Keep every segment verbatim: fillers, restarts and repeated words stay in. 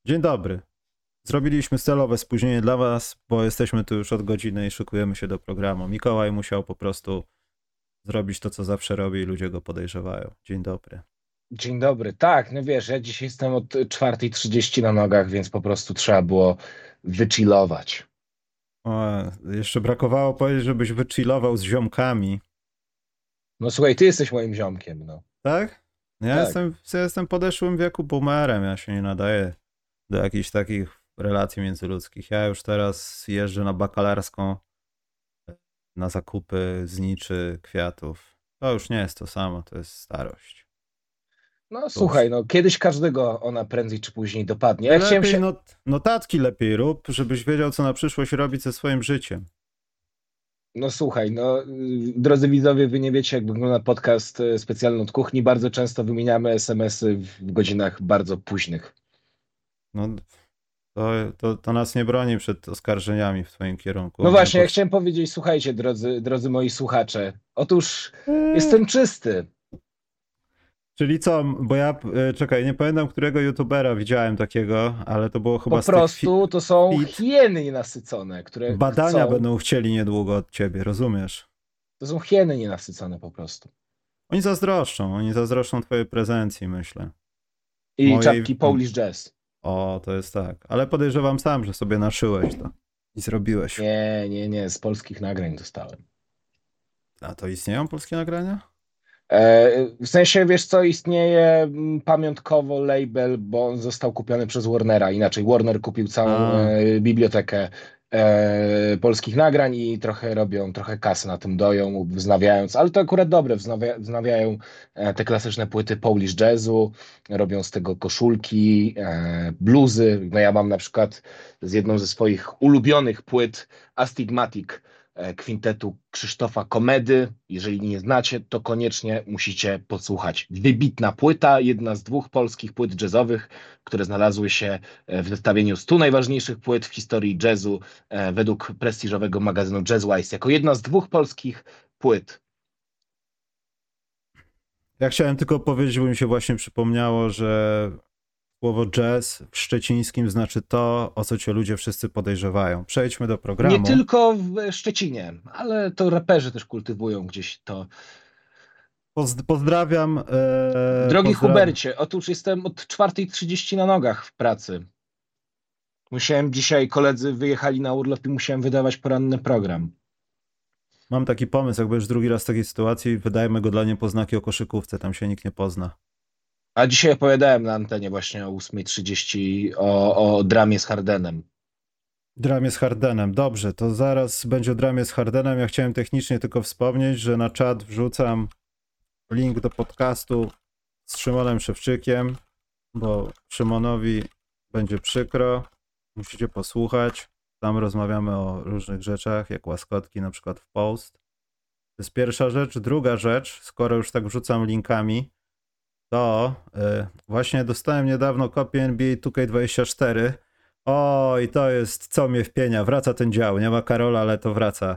Dzień dobry. Zrobiliśmy celowe spóźnienie dla was, bo jesteśmy tu już od godziny i szykujemy się do programu. Mikołaj musiał po prostu zrobić to, co zawsze robi i ludzie go podejrzewają. Dzień dobry. Dzień dobry. Tak, no wiesz, ja dzisiaj jestem od czwartej trzydzieści na nogach, więc po prostu trzeba było wychillować. O, jeszcze brakowało powiedzieć, żebyś wychillował z ziomkami. No słuchaj, ty jesteś moim ziomkiem, no. Tak? Ja Tak. jestem, ja jestem w podeszłym wieku boomerem, ja się nie nadaję do jakichś takich relacji międzyludzkich. Ja już teraz jeżdżę na bakalarską na zakupy zniczy, kwiatów. To już nie jest to samo, to jest starość. No To już słuchaj, no kiedyś każdego ona prędzej czy później dopadnie. Ty Ja chciałem lepiej się... not, notatki lepiej rób, żebyś wiedział, co na przyszłość robić ze swoim życiem. No słuchaj, no y, drodzy widzowie, wy nie wiecie, jak wygląda podcast y, specjalny od kuchni. Bardzo często wymieniamy es em esy w godzinach bardzo późnych. No, to, to, to nas nie broni przed oskarżeniami w twoim kierunku. No Nie właśnie, ja potrze- chciałem powiedzieć, słuchajcie, drodzy, drodzy moi słuchacze. Otóż Eee. jestem czysty. Czyli co, bo ja, e, czekaj, nie pamiętam, którego youtubera widziałem takiego, ale to było Po chyba z tych fi- prostu to są fit. hieny nienasycone, które Badania chcą... będą chcieli niedługo od ciebie, rozumiesz? To są hieny nienasycone po prostu. Oni zazdroszczą, oni zazdroszczą twojej prezencji, myślę. I Mojej, czapki m- Polish Jazz. o, to jest tak. Ale podejrzewam sam, że sobie naszyłeś to i zrobiłeś. Nie, nie, nie, z polskich nagrań dostałem. A to istnieją polskie nagrania? E, w sensie, wiesz co, istnieje mm, pamiątkowo label, bo on został kupiony przez Warnera. Inaczej, Warner kupił całą A, e, bibliotekę e, polskich nagrań i trochę robią, trochę kasy na tym doją, wznawiając, ale to akurat dobre, wznawia, wznawiają e, te klasyczne płyty Polish Jazzu, robią z tego koszulki, e, bluzy. No ja mam na przykład z jedną ze swoich ulubionych płyt Astigmatic e, kwintetu Krzysztofa Komedy. Jeżeli nie znacie, to koniecznie musicie posłuchać. Wybitna płyta, jedna z dwóch polskich płyt jazzowych, które znalazły się e, w zestawieniu stu najważniejszych płyt w historii jazzu e, według prestiżowego magazynu Jazzwise, jako jedna z dwóch polskich płyt. ja chciałem tylko powiedzieć, bo mi się właśnie przypomniało, że słowo jazz w szczecińskim znaczy to, o co cię ludzie wszyscy podejrzewają. Przejdźmy do Nie programu. tylko w Szczecinie, ale to raperzy też kultywują gdzieś to. Poz- pozdrawiam. E, Drogi pozdrawiam. Hubercie, otóż jestem od czwartej trzydzieści na nogach w pracy. Musiałem dzisiaj, koledzy wyjechali na urlop i musiałem wydawać poranny program. Mam taki pomysł, jak będziesz drugi raz w takiej sytuacji, wydajmy go dla niepoznaki o koszykówce, tam się nikt nie pozna. A dzisiaj opowiadałem na antenie właśnie o ósmej trzydzieści o, o dramie z Hardenem. Dramie z Hardenem. Dobrze, to zaraz będzie o dramie z Hardenem. Ja chciałem technicznie tylko wspomnieć, że na czat wrzucam link do podcastu z Szymonem Szewczykiem, bo Szymonowi będzie przykro. Musicie posłuchać. Tam rozmawiamy o różnych rzeczach, jak łaskotki, na przykład w post. To jest pierwsza rzecz. Druga rzecz, skoro już tak wrzucam linkami, to yy, właśnie dostałem niedawno kopię N B A two K dwadzieścia cztery. O, i to jest co mnie wpienia. Wraca ten dział. Nie ma Karola, ale to wraca.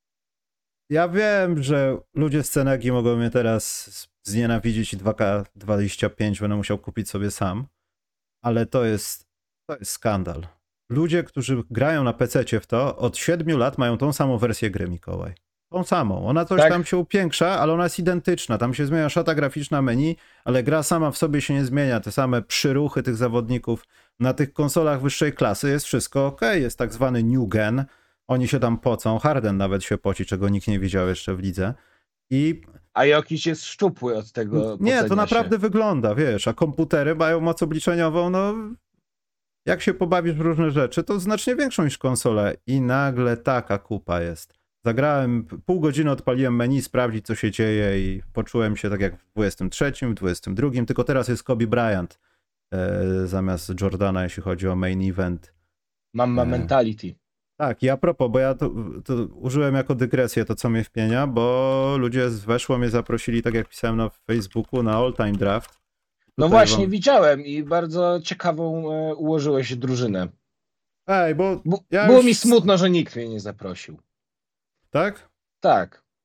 Ja wiem, że ludzie z Cenegi mogą mnie teraz znienawidzić i dwa K dwadzieścia pięć będę musiał kupić sobie sam, ale to jest, to jest skandal. Ludzie, którzy grają na pececie w to, od siedmiu lat mają tą samą wersję gry, Mikołaj. Tą samą. Ona coś Tak? tam się upiększa, ale ona jest identyczna. Tam się zmienia szata graficzna menu, ale gra sama w sobie się nie zmienia. Te same przyruchy tych zawodników. Na tych konsolach wyższej klasy jest wszystko ok. Jest tak zwany new gen. Oni się tam pocą. Harden nawet się poci, czego nikt nie widział jeszcze w lidze. I A jakiś jest szczupły od tego nie, to pocenia naprawdę się. wygląda, wiesz, a komputery mają moc obliczeniową, no jak się pobawisz w różne rzeczy, to znacznie większą niż konsole i nagle taka kupa jest. Zagrałem, pół godziny odpaliłem menu, sprawdzić co się dzieje i poczułem się tak jak w dwudziestym trzecim, w dwudziestym drugim, tylko teraz jest Kobe Bryant e, zamiast Jordana, jeśli chodzi o main event. Mam E, mentality. tak, i a propos, bo ja to, to użyłem jako dygresję to, co mnie wpienia, bo ludzie z Weszło mnie zaprosili, tak jak pisałem na Facebooku, na All Time Draft. No Tutaj właśnie, wam... widziałem i bardzo ciekawą e, ułożyłeś drużynę. Ej, bo Bu ja było już... mi smutno, że nikt mnie nie zaprosił. Tak? Tak.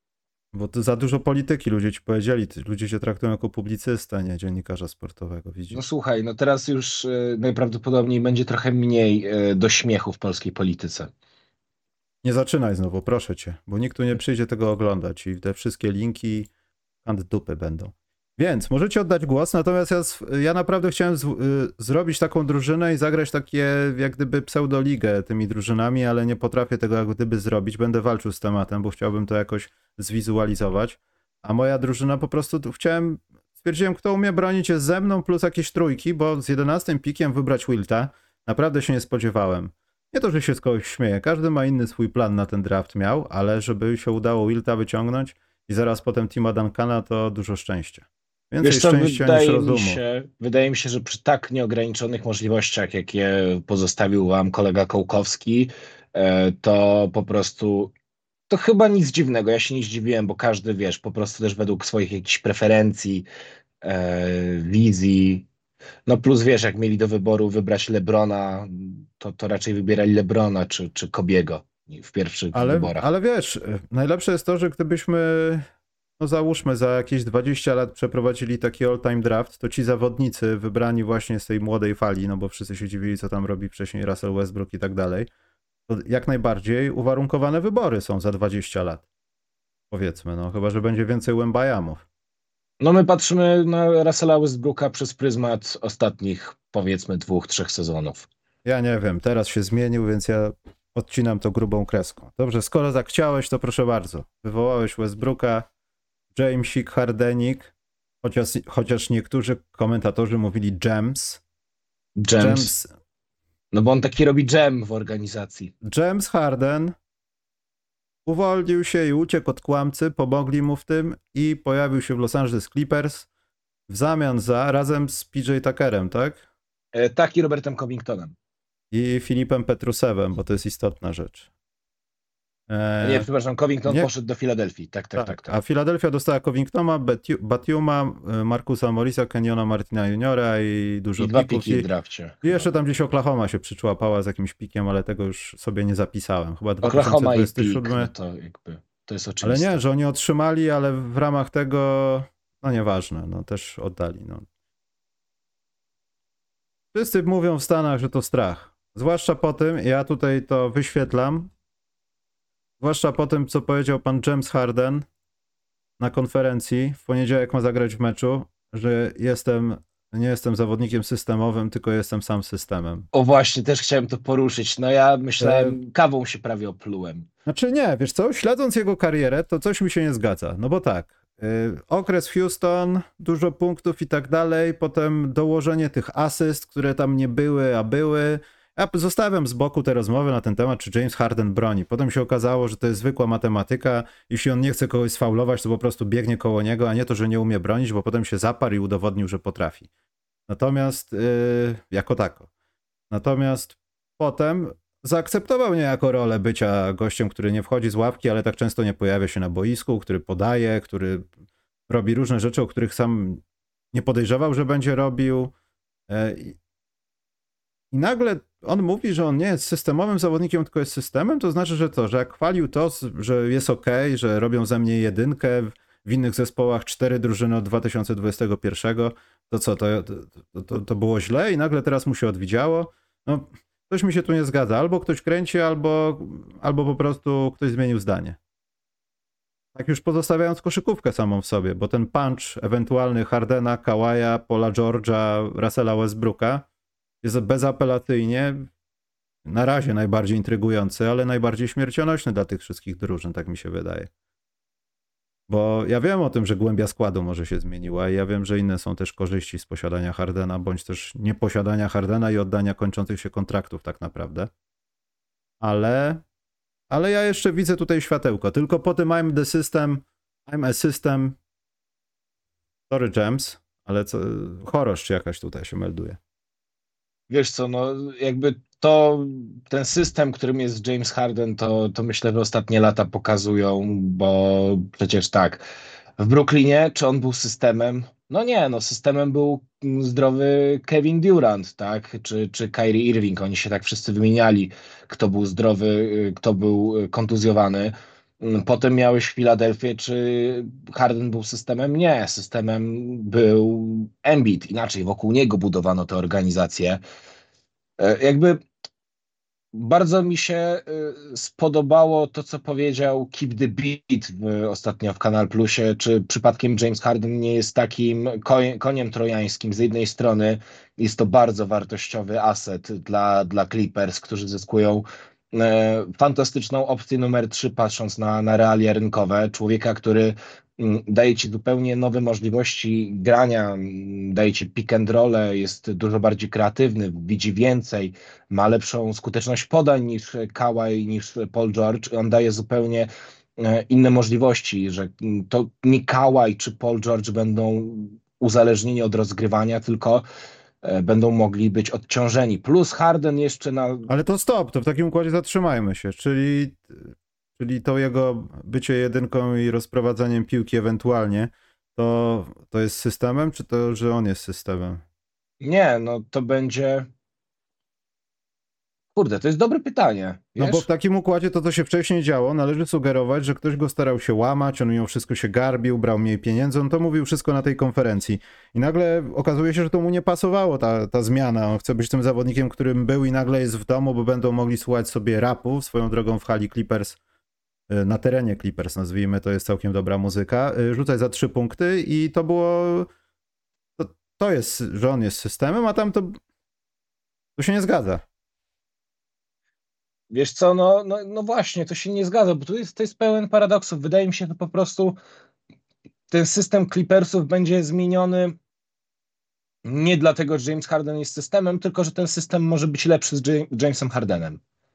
Bo to za dużo polityki, ludzie ci powiedzieli, ty- ludzie cię traktują jako publicystę, nie dziennikarza sportowego, No widzisz? słuchaj, no teraz już e, najprawdopodobniej będzie trochę mniej e, do śmiechu w polskiej polityce. Nie zaczynaj znowu, proszę cię, bo nikt tu nie przyjdzie tego oglądać i te wszystkie linki kant dupy będą. Więc możecie oddać głos, natomiast ja, s- ja naprawdę chciałem z, y, zrobić taką drużynę i zagrać takie jak gdyby pseudoligę tymi drużynami, ale nie potrafię tego jak gdyby zrobić. Będę walczył z tematem, bo chciałbym to jakoś zwizualizować. A moja drużyna po prostu tu chciałem, stwierdziłem, kto umie bronić jest ze mną plus jakieś trójki, bo z jedenastym pikiem wybrać Wilta naprawdę się nie spodziewałem. Nie to, że się z kogoś śmieję, każdy ma inny swój plan na ten draft miał, ale żeby się udało Wilta wyciągnąć i zaraz potem Tima Duncana, to dużo szczęścia. Więcej Wiesz co, szczęścia niż wydaje mi rozumu. się, wydaje mi się, że przy tak nieograniczonych możliwościach, jakie pozostawił wam kolega Kołkowski, e, to po prostu to chyba nic dziwnego. Ja się nie zdziwiłem, bo każdy, wiesz, po prostu też według swoich jakichś preferencji, e, wizji. No plus wiesz, jak mieli do wyboru wybrać LeBrona, to, to raczej wybierali LeBrona czy, czy Kobiego w pierwszych Ale, wyborach. ale wiesz, najlepsze jest to, że gdybyśmy, no załóżmy, za jakieś dwadzieścia lat przeprowadzili taki all-time draft, to ci zawodnicy wybrani właśnie z tej młodej fali, no bo wszyscy się dziwili, co tam robi wcześniej Russell Westbrook i tak dalej, to jak najbardziej uwarunkowane wybory są za dwadzieścia lat. Powiedzmy, no chyba, że będzie więcej Wembajamów. No my patrzymy na Russella Westbrooka przez pryzmat ostatnich, powiedzmy, dwóch, trzech sezonów. Ja nie wiem, teraz się zmienił, więc ja odcinam to grubą kreską. Dobrze, skoro tak chciałeś, to proszę bardzo. Wywołałeś Westbrooka, Jamesik, Hardenik, chociaż, chociaż niektórzy komentatorzy mówili James. James, James, no bo on taki robi jam w organizacji. James Harden uwolnił się i uciekł od kłamcy, pomogli mu w tym i pojawił się w Los Angeles Clippers w zamian za, razem z P J Tuckerem, tak? E, taki Robertem Covingtonem. I Filipem Petrusewem, bo to jest istotna rzecz. Nie, Eee, przepraszam, Covington nie, poszedł do Filadelfii. Tak, tak, tak, A tak. Philadelphia dostała Covingtona, Betiu- Batiuma, y, Marcusa Morrisa, Kenyona Martina Juniora i dużo I dwa pików. piki w I, drafcie. I jeszcze tam gdzieś Oklahoma się przyczłapała z jakimś pikiem, ale tego już sobie nie zapisałem. Chyba Oklahoma i pik, dwa tysiące dwudziesty siódmy. no to jakby, to jest Ale oczywiste. nie, że oni otrzymali, ale w ramach tego, no nieważne, no też oddali. No. Wszyscy mówią w Stanach, że to strach. Zwłaszcza po tym, ja tutaj to wyświetlam, zwłaszcza po tym, co powiedział pan James Harden na konferencji, w poniedziałek ma zagrać w meczu, że jestem, nie jestem zawodnikiem systemowym, tylko jestem sam systemem. O właśnie, też chciałem to poruszyć. No ja E, myślałem, kawą się prawie oplułem. Znaczy nie, wiesz co, śledząc jego karierę, to coś mi się nie zgadza. No bo tak, y, okres w Houston, dużo punktów i tak dalej, potem dołożenie tych asyst, które tam nie były, a były. Ja zostawiam z boku te rozmowy na ten temat, czy James Harden broni. Potem się okazało, że to jest zwykła matematyka. Jeśli on nie chce kogoś sfaulować, to po prostu biegnie koło niego, a nie to, że nie umie bronić, bo potem się zaparł i udowodnił, że potrafi. Natomiast, yy, jako tako. Natomiast potem zaakceptował niejako rolę bycia gościem, który nie wchodzi z ławki, ale tak często nie pojawia się na boisku, który podaje, który robi różne rzeczy, o których sam nie podejrzewał, że będzie robił. I i nagle on mówi, że on nie jest systemowym zawodnikiem, tylko jest systemem, to znaczy, że to, że jak chwalił to, że jest ok, że robią ze mnie jedynkę, w innych zespołach cztery drużyny od dwa tysiące dwudziestego pierwszego, to co, to, to, to, to było źle i nagle teraz mu się odwidziało. No, coś mi się tu nie zgadza. Albo ktoś kręci, albo, albo po prostu ktoś zmienił zdanie. Tak już pozostawiając koszykówkę samą w sobie, bo ten punch ewentualny Hardena, Kawaja, Paula George'a, Russella Westbrooka jest bezapelacyjnie na razie najbardziej intrygujący, ale najbardziej śmiercionośny dla tych wszystkich drużyn, tak mi się wydaje. Bo ja wiem o tym, że głębia składu może się zmieniła i ja wiem, że inne są też korzyści z posiadania Hardena, bądź też nieposiadania Hardena i oddania kończących się kontraktów tak naprawdę. Ale, ale ja jeszcze widzę tutaj światełko. Tylko po tym I'm the system, I'm a system. Sorry James, ale co, chorosz czy jakaś tutaj się melduje. Wiesz co, no jakby to, ten system, którym jest James Harden, to, to myślę, że ostatnie lata pokazują, bo przecież tak, w Brooklynie, czy on był systemem? No nie, no systemem był zdrowy Kevin Durant, tak, czy, czy Kyrie Irving, oni się tak wszyscy wymieniali, kto był zdrowy, kto był kontuzjowany. Mm, Potem miałeś Filadelfię, czy Harden był systemem? Nie, systemem był Embiid. Inaczej, wokół niego budowano tę organizację. E, Jakby bardzo mi się y, spodobało to, co powiedział Keep the Beat w, ostatnio w Kanal Plusie. Czy przypadkiem James Harden nie jest takim koń, koniem trojańskim? Z jednej strony jest to bardzo wartościowy aset dla, dla Clippers, którzy zyskują e, fantastyczną opcję numer trzy, patrząc na, na realia rynkowe. Człowieka, który mm, daje ci zupełnie nowe możliwości grania, mm, daje ci pick and roll, jest dużo bardziej kreatywny, widzi więcej, ma lepszą skuteczność podań niż Kawhi, niż Paul George. On daje zupełnie e, inne możliwości, że mm, to nie Kawhi czy Paul George będą uzależnieni od rozgrywania, tylko e, będą mogli być odciążeni. Plus Harden jeszcze na... Ale to stop, to w takim układzie zatrzymajmy się, czyli, czyli to jego bycie jedynką i rozprowadzaniem piłki ewentualnie, to, to jest systemem, czy to, że on jest systemem? Nie, no to będzie... Kurde, to jest dobre pytanie, No bo w wiesz? takim układzie to, co się wcześniej działo, należy sugerować, że ktoś go starał się łamać, on mimo wszystko się garbił, brał mniej pieniędzy, on to mówił wszystko na tej konferencji. I nagle okazuje się, że to mu nie pasowało, ta, ta zmiana. On chce być tym zawodnikiem, którym był i nagle jest w domu, bo będą mogli słuchać sobie rapu, swoją drogą w hali Clippers, y, na terenie Clippers, nazwijmy, to jest całkiem dobra muzyka, y, rzucać za trzy punkty i to było... To, to jest, że on jest systemem, a tam to, to się nie zgadza. Wiesz co, no, no, no właśnie, to się nie zgadza, bo tu jest, to jest pełen paradoksów. Wydaje mi się, że po prostu ten system Clippersów będzie zmieniony nie dlatego, że James Harden jest systemem, tylko że ten system może być lepszy z Ja- Jamesem Hardenem.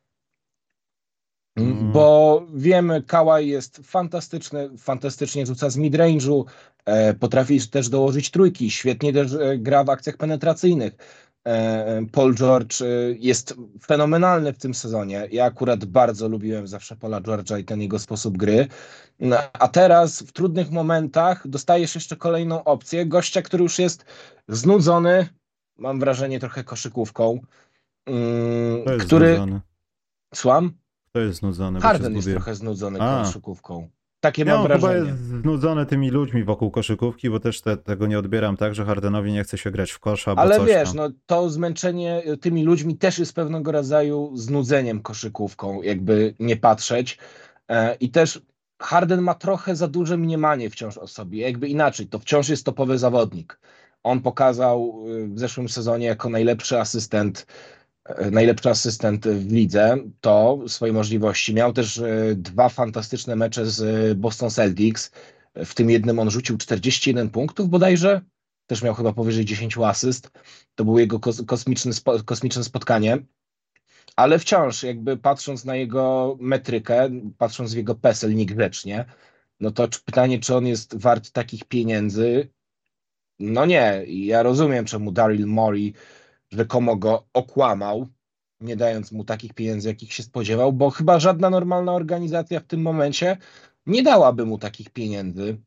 Mm, Mm, Bo wiemy, Kawhi jest fantastyczny, fantastycznie rzuca z midrange'u, e, potrafi też dołożyć trójki, świetnie też e, gra w akcjach penetracyjnych. E, Paul George e, jest fenomenalny w tym sezonie. Ja akurat bardzo lubiłem zawsze Paula George'a i ten jego sposób gry. No, a teraz w trudnych momentach dostajesz jeszcze kolejną opcję, gościa, który już jest znudzony, mam wrażenie trochę koszykówką, mm, to jest który, znudzony. słucham? To jest znudzony, bo się Harden jest zgubiłem. trochę znudzony A, koszykówką. Takie nie, mam on chyba jest wrażenie. znudzony tymi ludźmi wokół koszykówki, bo też te, tego nie odbieram tak, że Hardenowi nie chce się grać w kosza, bo Ale coś wiesz, tam. no to zmęczenie tymi ludźmi też jest pewnego rodzaju znudzeniem koszykówką, jakby nie patrzeć. E, I też Harden ma trochę za duże mniemanie wciąż o sobie. Jakby inaczej, to wciąż jest topowy zawodnik. On pokazał y, w zeszłym sezonie jako najlepszy asystent, e, najlepszy asystent w lidze to swoje możliwości. Miał też e, dwa fantastyczne mecze z e, Boston Celtics. W tym jednym on rzucił czterdzieści jeden punktów bodajże. Też miał chyba powyżej dziesięć asyst. To było jego kos kosmiczne, spo kosmiczne spotkanie. Ale wciąż, jakby patrząc na jego metrykę, patrząc w jego PESEL niegrzecznie, no to czy, pytanie, czy on jest wart takich pieniędzy? No nie. I ja rozumiem, czemu Daryl Morey rzekomo go okłamał, nie dając mu takich pieniędzy, jakich się spodziewał, bo chyba żadna normalna organizacja w tym momencie nie dałaby mu takich pieniędzy.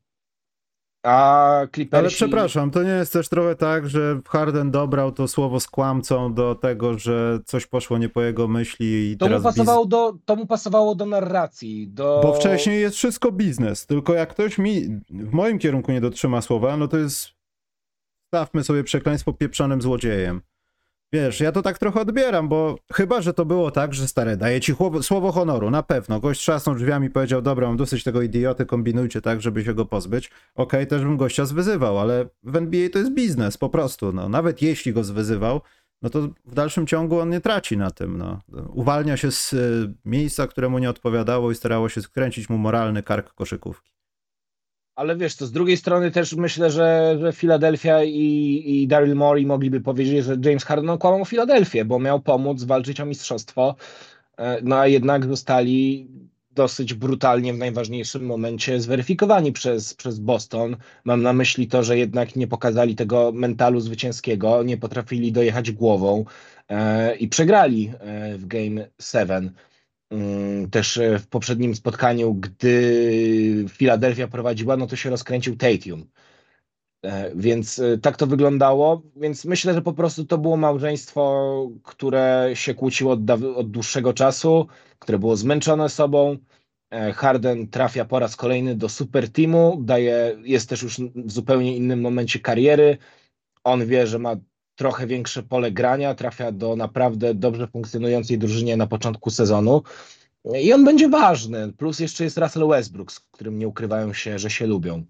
A Ale Clippersi, przepraszam, to nie jest też trochę tak, że Harden dobrał to słowo z kłamcą do tego, że coś poszło nie po jego myśli i to mu teraz biz... pasowało do, to mu pasowało do narracji, Bo do... wcześniej jest wszystko biznes, tylko jak ktoś mi w moim kierunku nie dotrzyma słowa, no to jest, stawmy sobie przekleństwo pieprzonym złodziejem. Wiesz, ja to tak trochę odbieram, bo chyba, że to było tak, że stary, daję ci chłowo, słowo honoru, na pewno. Gość trzasnął drzwiami i powiedział, dobra, mam dosyć tego idioty, kombinujcie tak, żeby się go pozbyć. Okej, też bym gościa zwyzywał, ale w N B A to jest biznes, po prostu, no. Nawet jeśli go zwyzywał, no to w dalszym ciągu on nie traci na tym, no. Uwalnia się z y, miejsca, które mu nie odpowiadało i starało się skręcić mu moralny kark koszykówki. Ale wiesz, to z drugiej strony też myślę, że, że Philadelphia i, i Daryl Morey mogliby powiedzieć, że James Harden okłamał Filadelfię, bo miał pomóc walczyć o mistrzostwo, e, no a jednak zostali dosyć brutalnie w najważniejszym momencie zweryfikowani przez, przez Boston. Mam na myśli to, że jednak nie pokazali tego mentalu zwycięskiego, nie potrafili dojechać głową e, i przegrali e, w Game siedem. Mm, Też e, w poprzednim spotkaniu, gdy Philadelphia prowadziła, no to się rozkręcił Tatum. E, Więc e, tak to wyglądało. Więc myślę, że po prostu to było małżeństwo, które się kłóciło od, daw- od dłuższego czasu, które było zmęczone sobą. E, Harden trafia po raz kolejny do super teamu, daje, jest też już w zupełnie innym momencie kariery. On wie, że ma trochę większe pole grania, trafia do naprawdę dobrze funkcjonującej drużynie na początku sezonu i on będzie ważny. Plus jeszcze jest Russell Westbrook, z którym nie ukrywają się, że się lubią.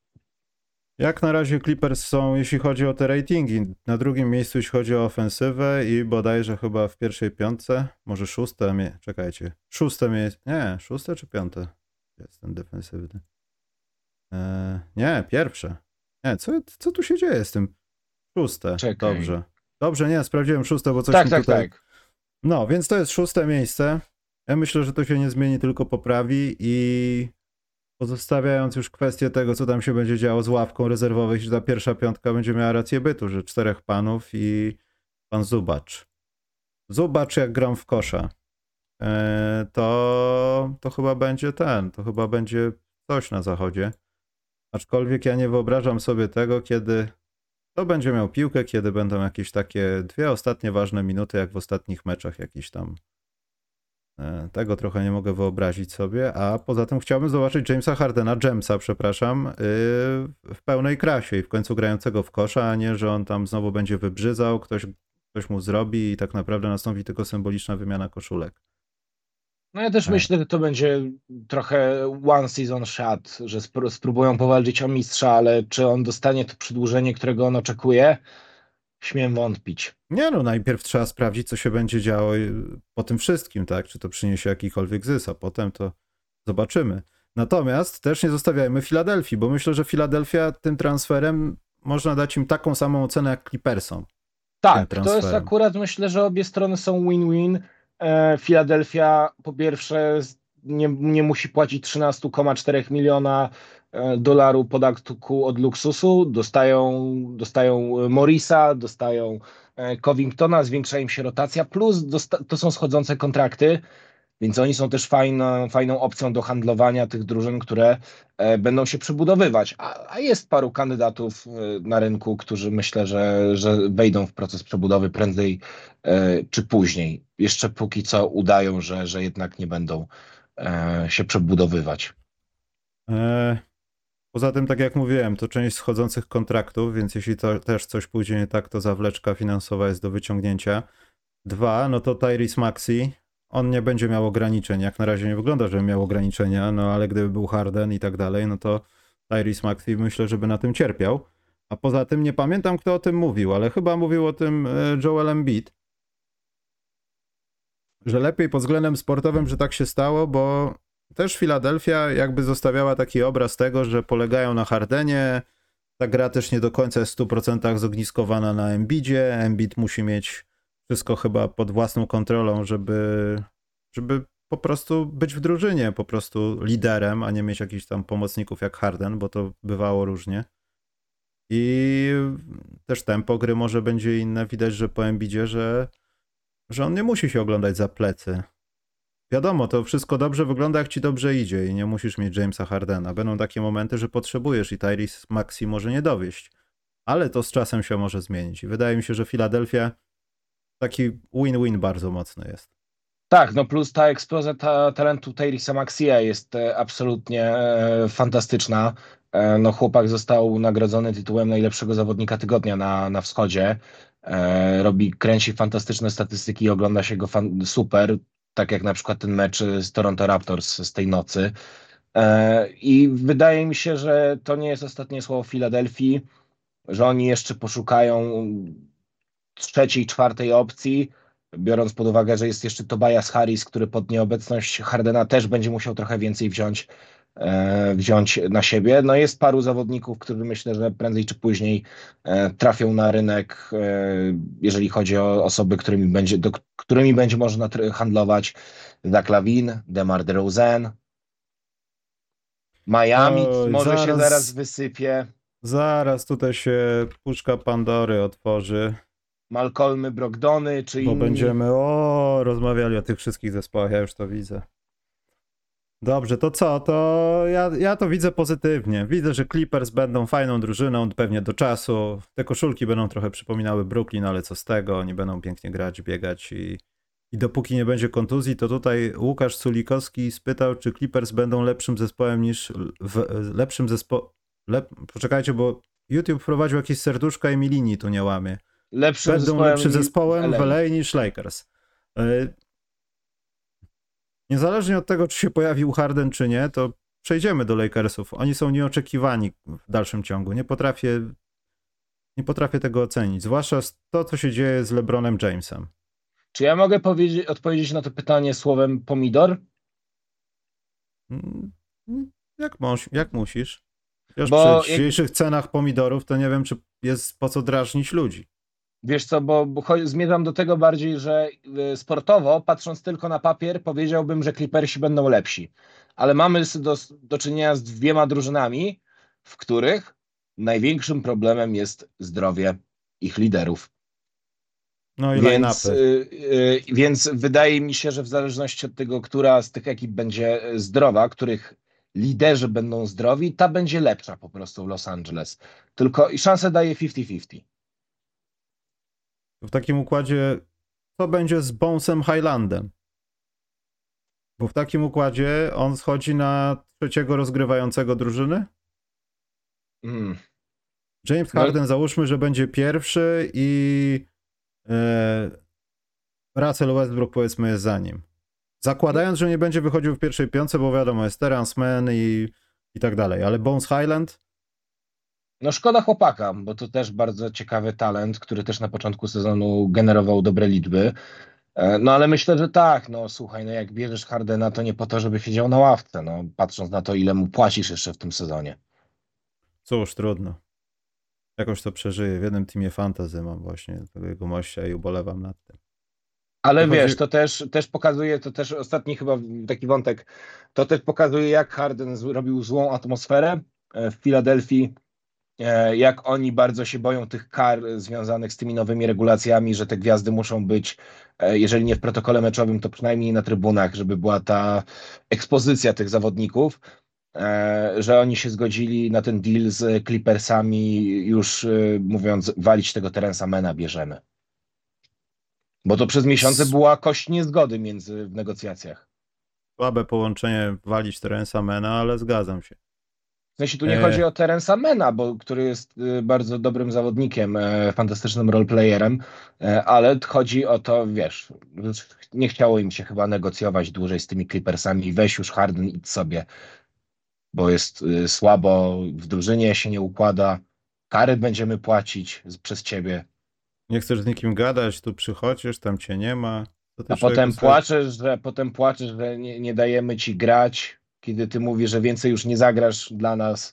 Jak na razie Clippers są, jeśli chodzi o te ratingi, na drugim miejscu, jeśli chodzi o ofensywę i bodajże chyba w pierwszej piątce, może szóste, mie- czekajcie, szóste miejsce, nie, szóste czy piąte jest ten defensywny. Eee, nie, pierwsze. Nie, co, co tu się dzieje z tym? Szóste, Czekaj. dobrze. Dobrze, nie, sprawdziłem szóste, bo coś Tak, mi tak, tutaj... tak. No, więc to jest szóste miejsce. Ja myślę, że to się nie zmieni, tylko poprawi i pozostawiając już kwestię tego, co tam się będzie działo z ławką rezerwowych, że ta pierwsza piątka będzie miała rację bytu, że czterech panów i pan Zubacz. Zubacz jak gram w kosza, e, to, to chyba będzie ten, to chyba będzie coś na zachodzie. Aczkolwiek ja nie wyobrażam sobie tego, kiedy to będzie miał piłkę, kiedy będą jakieś takie dwie ostatnie ważne minuty, jak w ostatnich meczach jakiś tam. E, Tego trochę nie mogę wyobrazić sobie, a poza tym chciałbym zobaczyć Jamesa Hardena, Jamesa, przepraszam, yy, w pełnej krasie i w końcu grającego w kosza, a nie, że on tam znowu będzie wybrzydzał, ktoś, ktoś mu zrobi i tak naprawdę nastąpi tylko symboliczna wymiana koszulek. No ja też E, myślę, że to będzie trochę one season shot, że spró- spróbują powalczyć o mistrza, ale czy on dostanie to przedłużenie, którego on oczekuje? Śmiem wątpić. Nie no, najpierw trzeba sprawdzić, co się będzie działo yy, po tym wszystkim, tak? Czy to przyniesie jakikolwiek zysk, a potem to zobaczymy. Natomiast też nie zostawiajmy Filadelfii, bo myślę, że Filadelfia tym transferem można dać im taką samą ocenę jak Clippersom. Tym Tak, to jest transferem. akurat, myślę, że obie strony są win-win. E, Philadelphia po pierwsze z- nie, nie musi płacić trzynaście przecinek cztery miliona e, dolarów podatku od luksusu. Dostają, dostają Morrisa, dostają e, Covingtona, zwiększa im się rotacja, plus dosta- to są schodzące kontrakty. Więc oni są też fajną, fajną opcją do handlowania tych drużyn, które e, będą się przebudowywać. A, a jest paru kandydatów e, na rynku, którzy myślę, że, że wejdą w proces przebudowy prędzej e, czy później. Jeszcze póki co udają, że, że jednak nie będą e, się przebudowywać. E, Poza tym, tak jak mówiłem, to część schodzących kontraktów, więc jeśli to też coś pójdzie nie tak, to zawleczka finansowa jest do wyciągnięcia. Dwa, no to Tyrese Maxey, on nie będzie miał ograniczeń. Jak na razie nie wygląda, żeby miał ograniczenia, no ale gdyby był Harden i tak dalej, no to Tyrese Maxey myślę, żeby na tym cierpiał. A poza tym nie pamiętam, kto o tym mówił, ale chyba mówił o tym e, Joel Embiid, że lepiej pod względem sportowym, że tak się stało, bo też Filadelfia jakby zostawiała taki obraz tego, że polegają na Hardenie. Ta gra też nie do końca jest w stu procentach zogniskowana na Embiidzie. Embiid musi mieć wszystko chyba pod własną kontrolą, żeby, żeby po prostu być w drużynie, po prostu liderem, a nie mieć jakichś tam pomocników jak Harden, bo to bywało różnie. I też tempo gry może będzie inne. Widać, że po Embiidzie, że, że on nie musi się oglądać za plecy. Wiadomo, to wszystko dobrze wygląda, jak ci dobrze idzie i nie musisz mieć Jamesa Hardena. Będą takie momenty, że potrzebujesz i Tyrese Maxey może nie dowieść. Ale to z czasem się może zmienić. I wydaje mi się, że Filadelfia taki win-win bardzo mocny jest. Tak, no plus ta eksplozja ta, talentu Tyrese Maxey'a jest e, absolutnie e, fantastyczna. E, no chłopak został nagrodzony tytułem najlepszego zawodnika tygodnia na, na wschodzie. E, robi, kręci fantastyczne statystyki i ogląda się go fan, super, tak jak na przykład ten mecz z Toronto Raptors z tej nocy. E, I wydaje mi się, że to nie jest ostatnie słowo Filadelfii, że oni jeszcze poszukają trzeciej, czwartej opcji, biorąc pod uwagę, że jest jeszcze Tobias Harris, który pod nieobecność Hardena też będzie musiał trochę więcej wziąć, e, wziąć na siebie. No jest paru zawodników, którzy myślę, że prędzej czy później e, trafią na rynek, e, jeżeli chodzi o osoby, którymi będzie, do, którymi będzie można tr- handlować. Zach LaVine, DeMar DeRozan, Miami Oj, może się zaraz zaraz, wysypie. zaraz tutaj się puszka Pandory otworzy, Malcolmy Brogdony czy bo inni. będziemy o rozmawiali o tych wszystkich zespołach, ja już to widzę. Dobrze, to co? To ja, ja to widzę pozytywnie. Widzę, że Clippers będą fajną drużyną, pewnie do czasu. Te koszulki będą trochę przypominały Brooklyn, ale co z tego? Oni będą pięknie grać, biegać i, I dopóki nie będzie kontuzji, to tutaj Łukasz Sulikowski spytał, czy Clippers będą lepszym zespołem niż w, lepszym zespołem. Lep... Poczekajcie, bo YouTube wprowadził jakieś serduszka i mi linii tu nie łamie. Lepszym Będą zespołem lepszym zespołem w L A. L A niż Lakers. Yy, Niezależnie od tego, czy się pojawił Harden, czy nie, to przejdziemy do Lakersów. Oni są nieoczekiwani w dalszym ciągu. Nie potrafię, nie potrafię tego ocenić. Zwłaszcza to, co się dzieje z LeBronem Jamesem. Czy ja mogę powiedzieć, odpowiedzieć na to pytanie słowem pomidor? Jak, mos, jak musisz? Chociaż Bo przy jak, dzisiejszych cenach pomidorów to nie wiem, czy jest po co drażnić ludzi. wiesz co, bo, bo cho- zmierzam do tego bardziej, że y, sportowo, patrząc tylko na papier, powiedziałbym, że Clippersi będą lepsi. Ale mamy z- do, do czynienia z dwiema drużynami, w których największym problemem jest zdrowie ich liderów. No i Więc, line-upy. y, y, więc wydaje mi się, że w zależności od tego, która z tych ekip będzie zdrowa, których liderzy będą zdrowi, ta będzie lepsza po prostu w Los Angeles. Tylko i szansę daje pięćdziesiąt pięćdziesiąt. W takim układzie co będzie z Bonesem Highlandem? Bo w takim układzie on schodzi na trzeciego rozgrywającego drużyny? Mm. James No, Harden załóżmy, że będzie pierwszy i e, Russell Westbrook powiedzmy jest za nim. Zakładając, że nie będzie wychodził w pierwszej piątce, bo wiadomo, jest Terance Mann i, i tak dalej. Ale Bones Highland? no szkoda chłopaka, bo to też bardzo ciekawy talent, który też na początku sezonu generował dobre liczby. E, No ale myślę, że tak, no słuchaj, no jak bierzesz Hardena, to nie po to, żeby siedział na ławce, no patrząc na to, ile mu płacisz jeszcze w tym sezonie. Cóż, trudno. Jakoś to przeżyję. W jednym teamie fantasy mam właśnie tego jego mościa i ubolewam nad tym. Ale To chodzi... wiesz, to też, też pokazuje, to też ostatni chyba taki wątek, to też pokazuje, jak Harden zrobił złą atmosferę e, w Filadelfii, e, jak oni bardzo się boją tych kar związanych z tymi nowymi regulacjami, że te gwiazdy muszą być, e, jeżeli nie w protokole meczowym, to przynajmniej na trybunach, żeby była ta ekspozycja tych zawodników, e, że oni się zgodzili na ten deal z Clippersami, już e, mówiąc, walić tego Terensa Mana bierzemy. Bo to przez miesiące była kość niezgody między w negocjacjach. Słabe połączenie walić Terensa Mana, ale zgadzam się. W sensie tu nie E... chodzi o Terensa Mana, bo, który jest y, bardzo dobrym zawodnikiem, e, fantastycznym roleplayerem, e, ale chodzi o to, wiesz, nie chciało im się chyba negocjować dłużej z tymi Clippersami. Weź już Harden, idź sobie, bo jest y, słabo, w drużynie się nie układa, kary będziemy płacić z, przez ciebie. Nie chcesz z nikim gadać, tu przychodzisz, tam cię nie ma. To ty A potem sobie... płaczesz, że potem płaczesz, że nie, nie dajemy ci grać, kiedy ty mówisz, że więcej już nie zagrasz dla nas.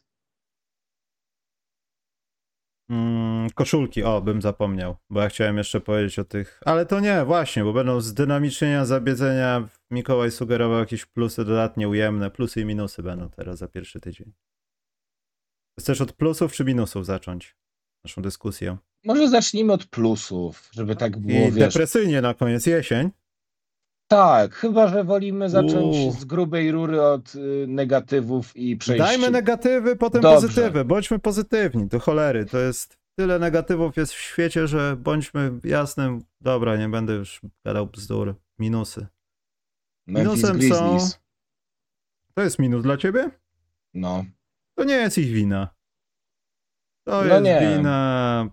Mm, koszulki, o, bym zapomniał, bo ja chciałem jeszcze powiedzieć o tych, ale to nie, właśnie, bo będą zdynamicznienia, zabiedzenia. Mikołaj sugerował jakieś plusy dodatnie, ujemne, plusy i minusy będą teraz za pierwszy tydzień. Chcesz od plusów czy minusów zacząć naszą dyskusję? Może zacznijmy od plusów, żeby tak było, I wiesz. depresyjnie na koniec, jesień. Tak, chyba że wolimy zacząć Uuu. z grubej rury od y, negatywów i przejść. Dajmy negatywy, potem Dobrze. pozytywy, bądźmy pozytywni, do cholery, to jest, tyle negatywów jest w świecie, że bądźmy jasnym, dobra, nie będę już gadał bzdur, minusy. Memphis Minusem Grizzlies. są... To jest minus dla ciebie? No. To nie jest ich wina. To No jest nie. wina...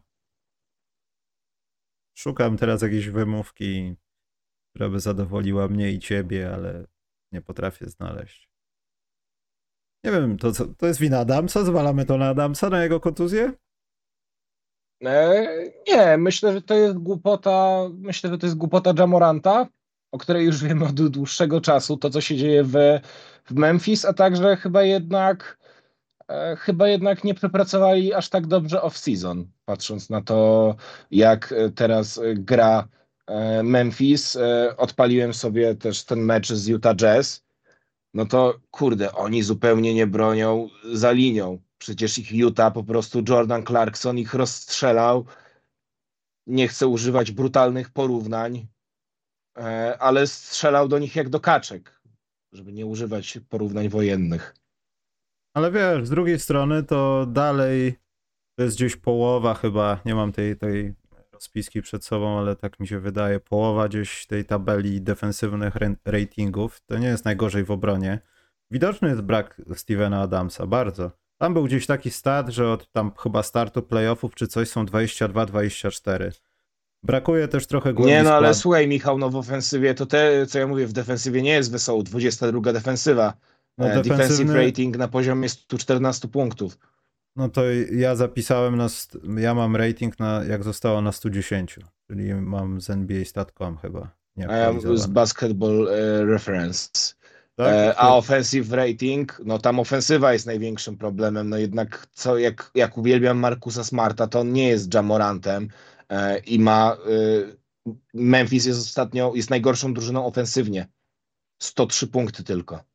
Szukam teraz jakiejś wymówki, która by zadowoliła mnie i ciebie, ale nie potrafię znaleźć. Nie wiem, to, co, to jest wina Adamsa? Zwalamy to na Adamsa, na jego kontuzję? E, nie, myślę, że to jest głupota, myślę, że to jest głupota Ja Moranta, o której już wiemy od dłuższego czasu, to co się dzieje w, w Memphis, a także chyba jednak e, chyba jednak nie przepracowali aż tak dobrze off-season, patrząc na to, jak e, teraz e, gra e, Memphis. E, odpaliłem sobie też ten mecz z Utah Jazz. No to kurde, oni zupełnie nie bronią za linią. Przecież ich Utah, po prostu Jordan Clarkson ich rozstrzelał. Nie chcę używać brutalnych porównań, e, ale strzelał do nich jak do kaczek, żeby nie używać porównań wojennych. Ale wiesz, z drugiej strony to dalej to jest gdzieś połowa chyba, nie mam tej, tej rozpiski przed sobą, ale tak mi się wydaje, połowa gdzieś tej tabeli defensywnych re- ratingów, to nie jest najgorzej w obronie. Widoczny jest brak Stevena Adamsa, bardzo. Tam był gdzieś taki stat, że od tam chyba startu playoffów czy coś są dwadzieścia dwa dwadzieścia cztery. Brakuje też trochę głębi Nie, no ale składu. słuchaj, Michał, no w ofensywie to te, co ja mówię, w defensywie nie jest wesoło. dwudziesta druga defensywa. No E, Defensive defensywny, rating na poziomie stu czternastu punktów. no to ja zapisałem, na, st- ja mam rating na, jak zostało na sto dziesięć, czyli mam z N B A stat kropka com chyba, nie E, Z aktualizowany. Basketball e, Reference. Tak? E, A To, offensive rating, no tam ofensywa jest największym problemem. No jednak, co jak, jak uwielbiam Marcusa Smarta, to on nie jest Ja Morantem e, i ma. E, Memphis jest ostatnio, jest najgorszą drużyną ofensywnie. sto trzy punkty tylko.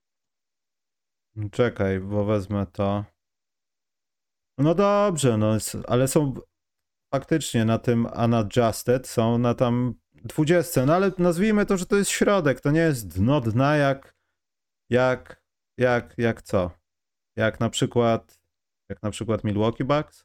czekaj, bo wezmę to. No dobrze, no, s- ale są faktycznie na tym unadjusted, są na tam dwudziestce, no ale nazwijmy to, że to jest środek, to nie jest dno dna jak, jak, jak, jak co? Jak na przykład, jak na przykład Milwaukee Bucks?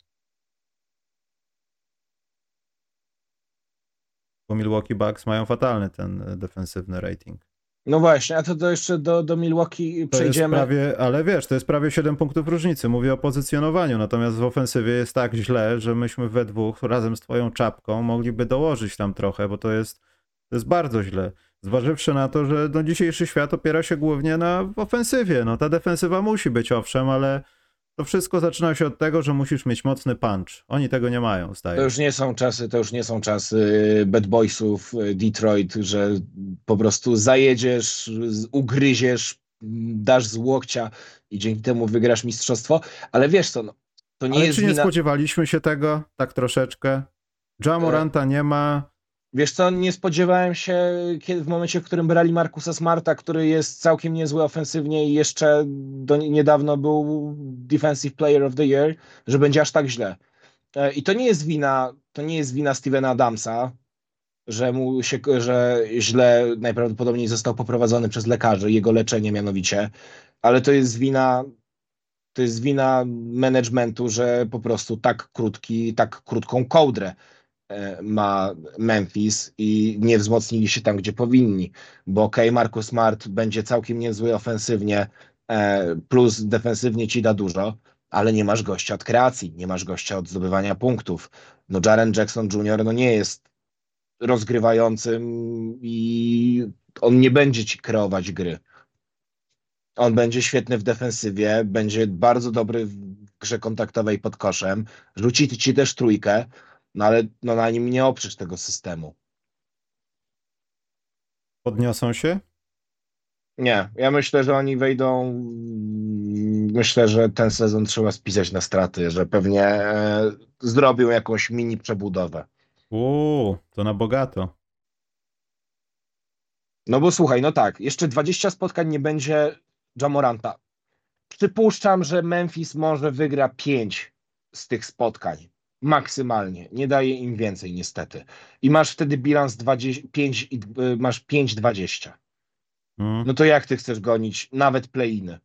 Bo Milwaukee Bucks mają fatalny ten e, defensywny rating. No właśnie, a to, to jeszcze do, do Milwaukee To jest przejdziemy. prawie, ale wiesz, to jest prawie siedem punktów różnicy. Mówię o pozycjonowaniu, natomiast w ofensywie jest tak źle, że myśmy we dwóch razem z twoją czapką mogliby dołożyć tam trochę, bo to jest, to jest bardzo źle. Zważywszy na to, że no, dzisiejszy świat opiera się głównie na ofensywie. No ta defensywa musi być, owszem, ale to wszystko zaczyna się od tego, że musisz mieć mocny punch. Oni tego nie mają, zdaje To się. już nie są czasy, to już nie są czasy Bad Boysów, y, Detroit, że po prostu zajedziesz, z- ugryziesz, m, dasz z łokcia i dzięki temu wygrasz mistrzostwo. Ale wiesz co, no, to nie Ale jest czy nie wina. spodziewaliśmy się tego tak troszeczkę? Ja Moranta nie ma. Wiesz co, nie spodziewałem się kiedy, w momencie, w którym brali Marcusa Smarta, który jest całkiem niezły ofensywnie i jeszcze do niedawno był Defensive Player of the Year, że będzie aż tak źle. E, I to nie jest wina, to nie jest wina Stevena Adamsa, że mu się, że źle najprawdopodobniej został poprowadzony przez lekarzy, jego leczenie mianowicie, ale to jest wina, to jest wina managementu, że po prostu tak krótki, tak krótką kołdrę e, ma Memphis i nie wzmocnili się tam, gdzie powinni, bo okej, okay, Marcus Smart będzie całkiem niezły ofensywnie, e, plus defensywnie ci da dużo, ale nie masz gościa od kreacji, nie masz gościa od zdobywania punktów. No Jaren Jackson junior no nie jest rozgrywającym i on nie będzie ci kreować gry. On będzie świetny w defensywie, będzie bardzo dobry w grze kontaktowej pod koszem, rzuci ci też trójkę, no ale no na nim nie oprzesz tego systemu. Podniosą się? Nie, ja myślę, że oni wejdą. Myślę, że ten sezon trzeba spisać na straty, że pewnie e, zrobią jakąś mini przebudowę. Uuu, to na bogato. No bo słuchaj, no tak, jeszcze dwadzieścia spotkań nie będzie Ja Moranta. Przypuszczam, że Memphis może wygra pięć z tych spotkań. Maksymalnie. Nie daje im więcej niestety. I masz wtedy bilans dwadzieścia pięć, i- y, masz pięć dwadzieścia. Mm. No to jak ty chcesz gonić nawet play-iny?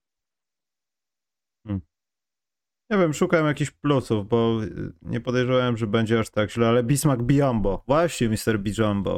Nie wiem, szukałem jakichś plusów, bo y, nie podejrzewałem, że będzie aż tak źle, ale Bismack Biombo. Właśnie, mister Bijombo.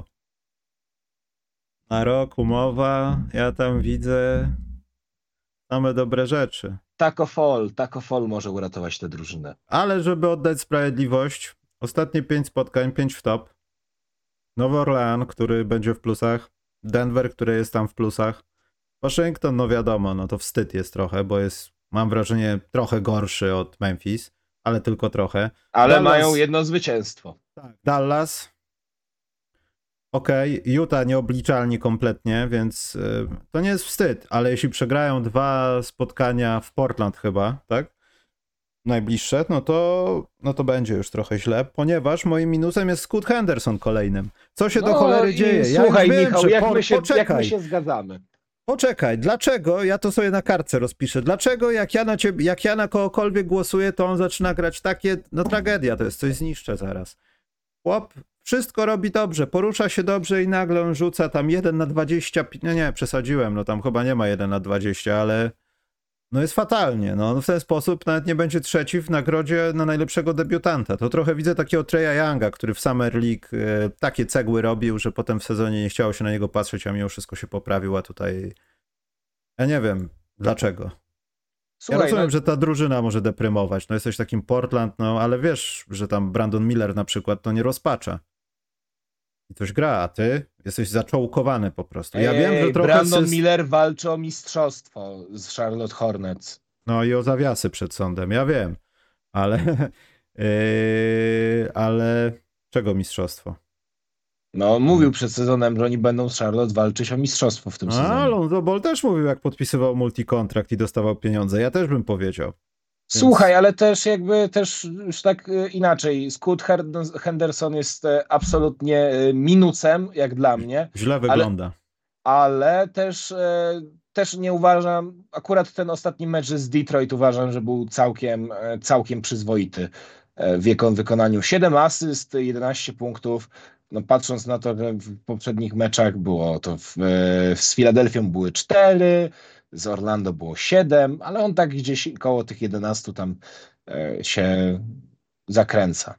Na rok umowa, ja tam widzę same dobre rzeczy. Taco Fall, Taco Fall może uratować tę drużynę. Ale żeby oddać sprawiedliwość, ostatnie pięć spotkań, pięć w top. Nowy Orlean, który będzie w plusach. Denver, który jest tam w plusach. Waszyngton, no wiadomo, no to wstyd jest trochę, bo jest, mam wrażenie, trochę gorszy od Memphis, ale tylko trochę. Ale Dallas- mają jedno zwycięstwo. Tak. Dallas. Okej, Utah nieobliczalni kompletnie, więc y, to nie jest wstyd, ale jeśli przegrają dwa spotkania w Portland chyba, tak? Najbliższe, no to, no to będzie już trochę źle, ponieważ moim minusem jest Scoot Henderson kolejnym. Co się do No cholery i dzieje? Ja Słuchaj, już wiem, Michał, że jak, po, my się, jak poczekaj, my się zgadzamy? poczekaj, dlaczego, ja to sobie na kartce rozpiszę, dlaczego jak ja na ciebie, jak ja na kogokolwiek głosuję, to on zaczyna grać takie, no tragedia, to jest coś zniszczę zaraz. Chłop wszystko robi dobrze, porusza się dobrze i nagle on rzuca tam jeden na dwadzieścia, no nie, przesadziłem, no tam chyba nie ma jeden na dwadzieścia, ale No jest fatalnie. No, w ten sposób nawet nie będzie trzeci w nagrodzie na najlepszego debiutanta. To trochę widzę takiego Treya Younga, który w Summer League e, takie cegły robił, że potem w sezonie nie chciało się na niego patrzeć, a mimo wszystko się poprawił, a tutaj ja nie wiem dlaczego. Ja Słuchaj, rozumiem, no, że ta drużyna może deprymować. No jesteś takim Portland, no ale wiesz, że tam Brandon Miller na przykład to nie rozpacza. I coś gra, a ty jesteś zaczołkowany po prostu. Ja ej, wiem, że ej, trochę Brandon sys... Miller walczy o mistrzostwo z Charlotte Hornets. No i o zawiasy przed sądem, ja wiem. Ale... Yy, ale... Czego mistrzostwo? No, mówił przed sezonem, że oni będą z Charlotte walczyć o mistrzostwo w tym A, sezonie. Lonzo Ball też mówił, jak podpisywał multikontrakt i dostawał pieniądze. Ja też bym powiedział. Słuchaj, Więc ale też jakby też już tak e, inaczej. Scoot Herd- Henderson jest e, absolutnie e, minusem, jak dla mnie, źle ale, wygląda. ale też, e, też nie uważam, akurat ten ostatni mecz z Detroit uważam, że był całkiem, e, całkiem przyzwoity e, w jego wykonaniu. siedem asyst, jedenaście punktów. No patrząc na to, że w poprzednich meczach było to w, e, z Filadelfią były cztery, z Orlando było siedem, ale on tak gdzieś koło tych jedenastu tam e, się zakręca.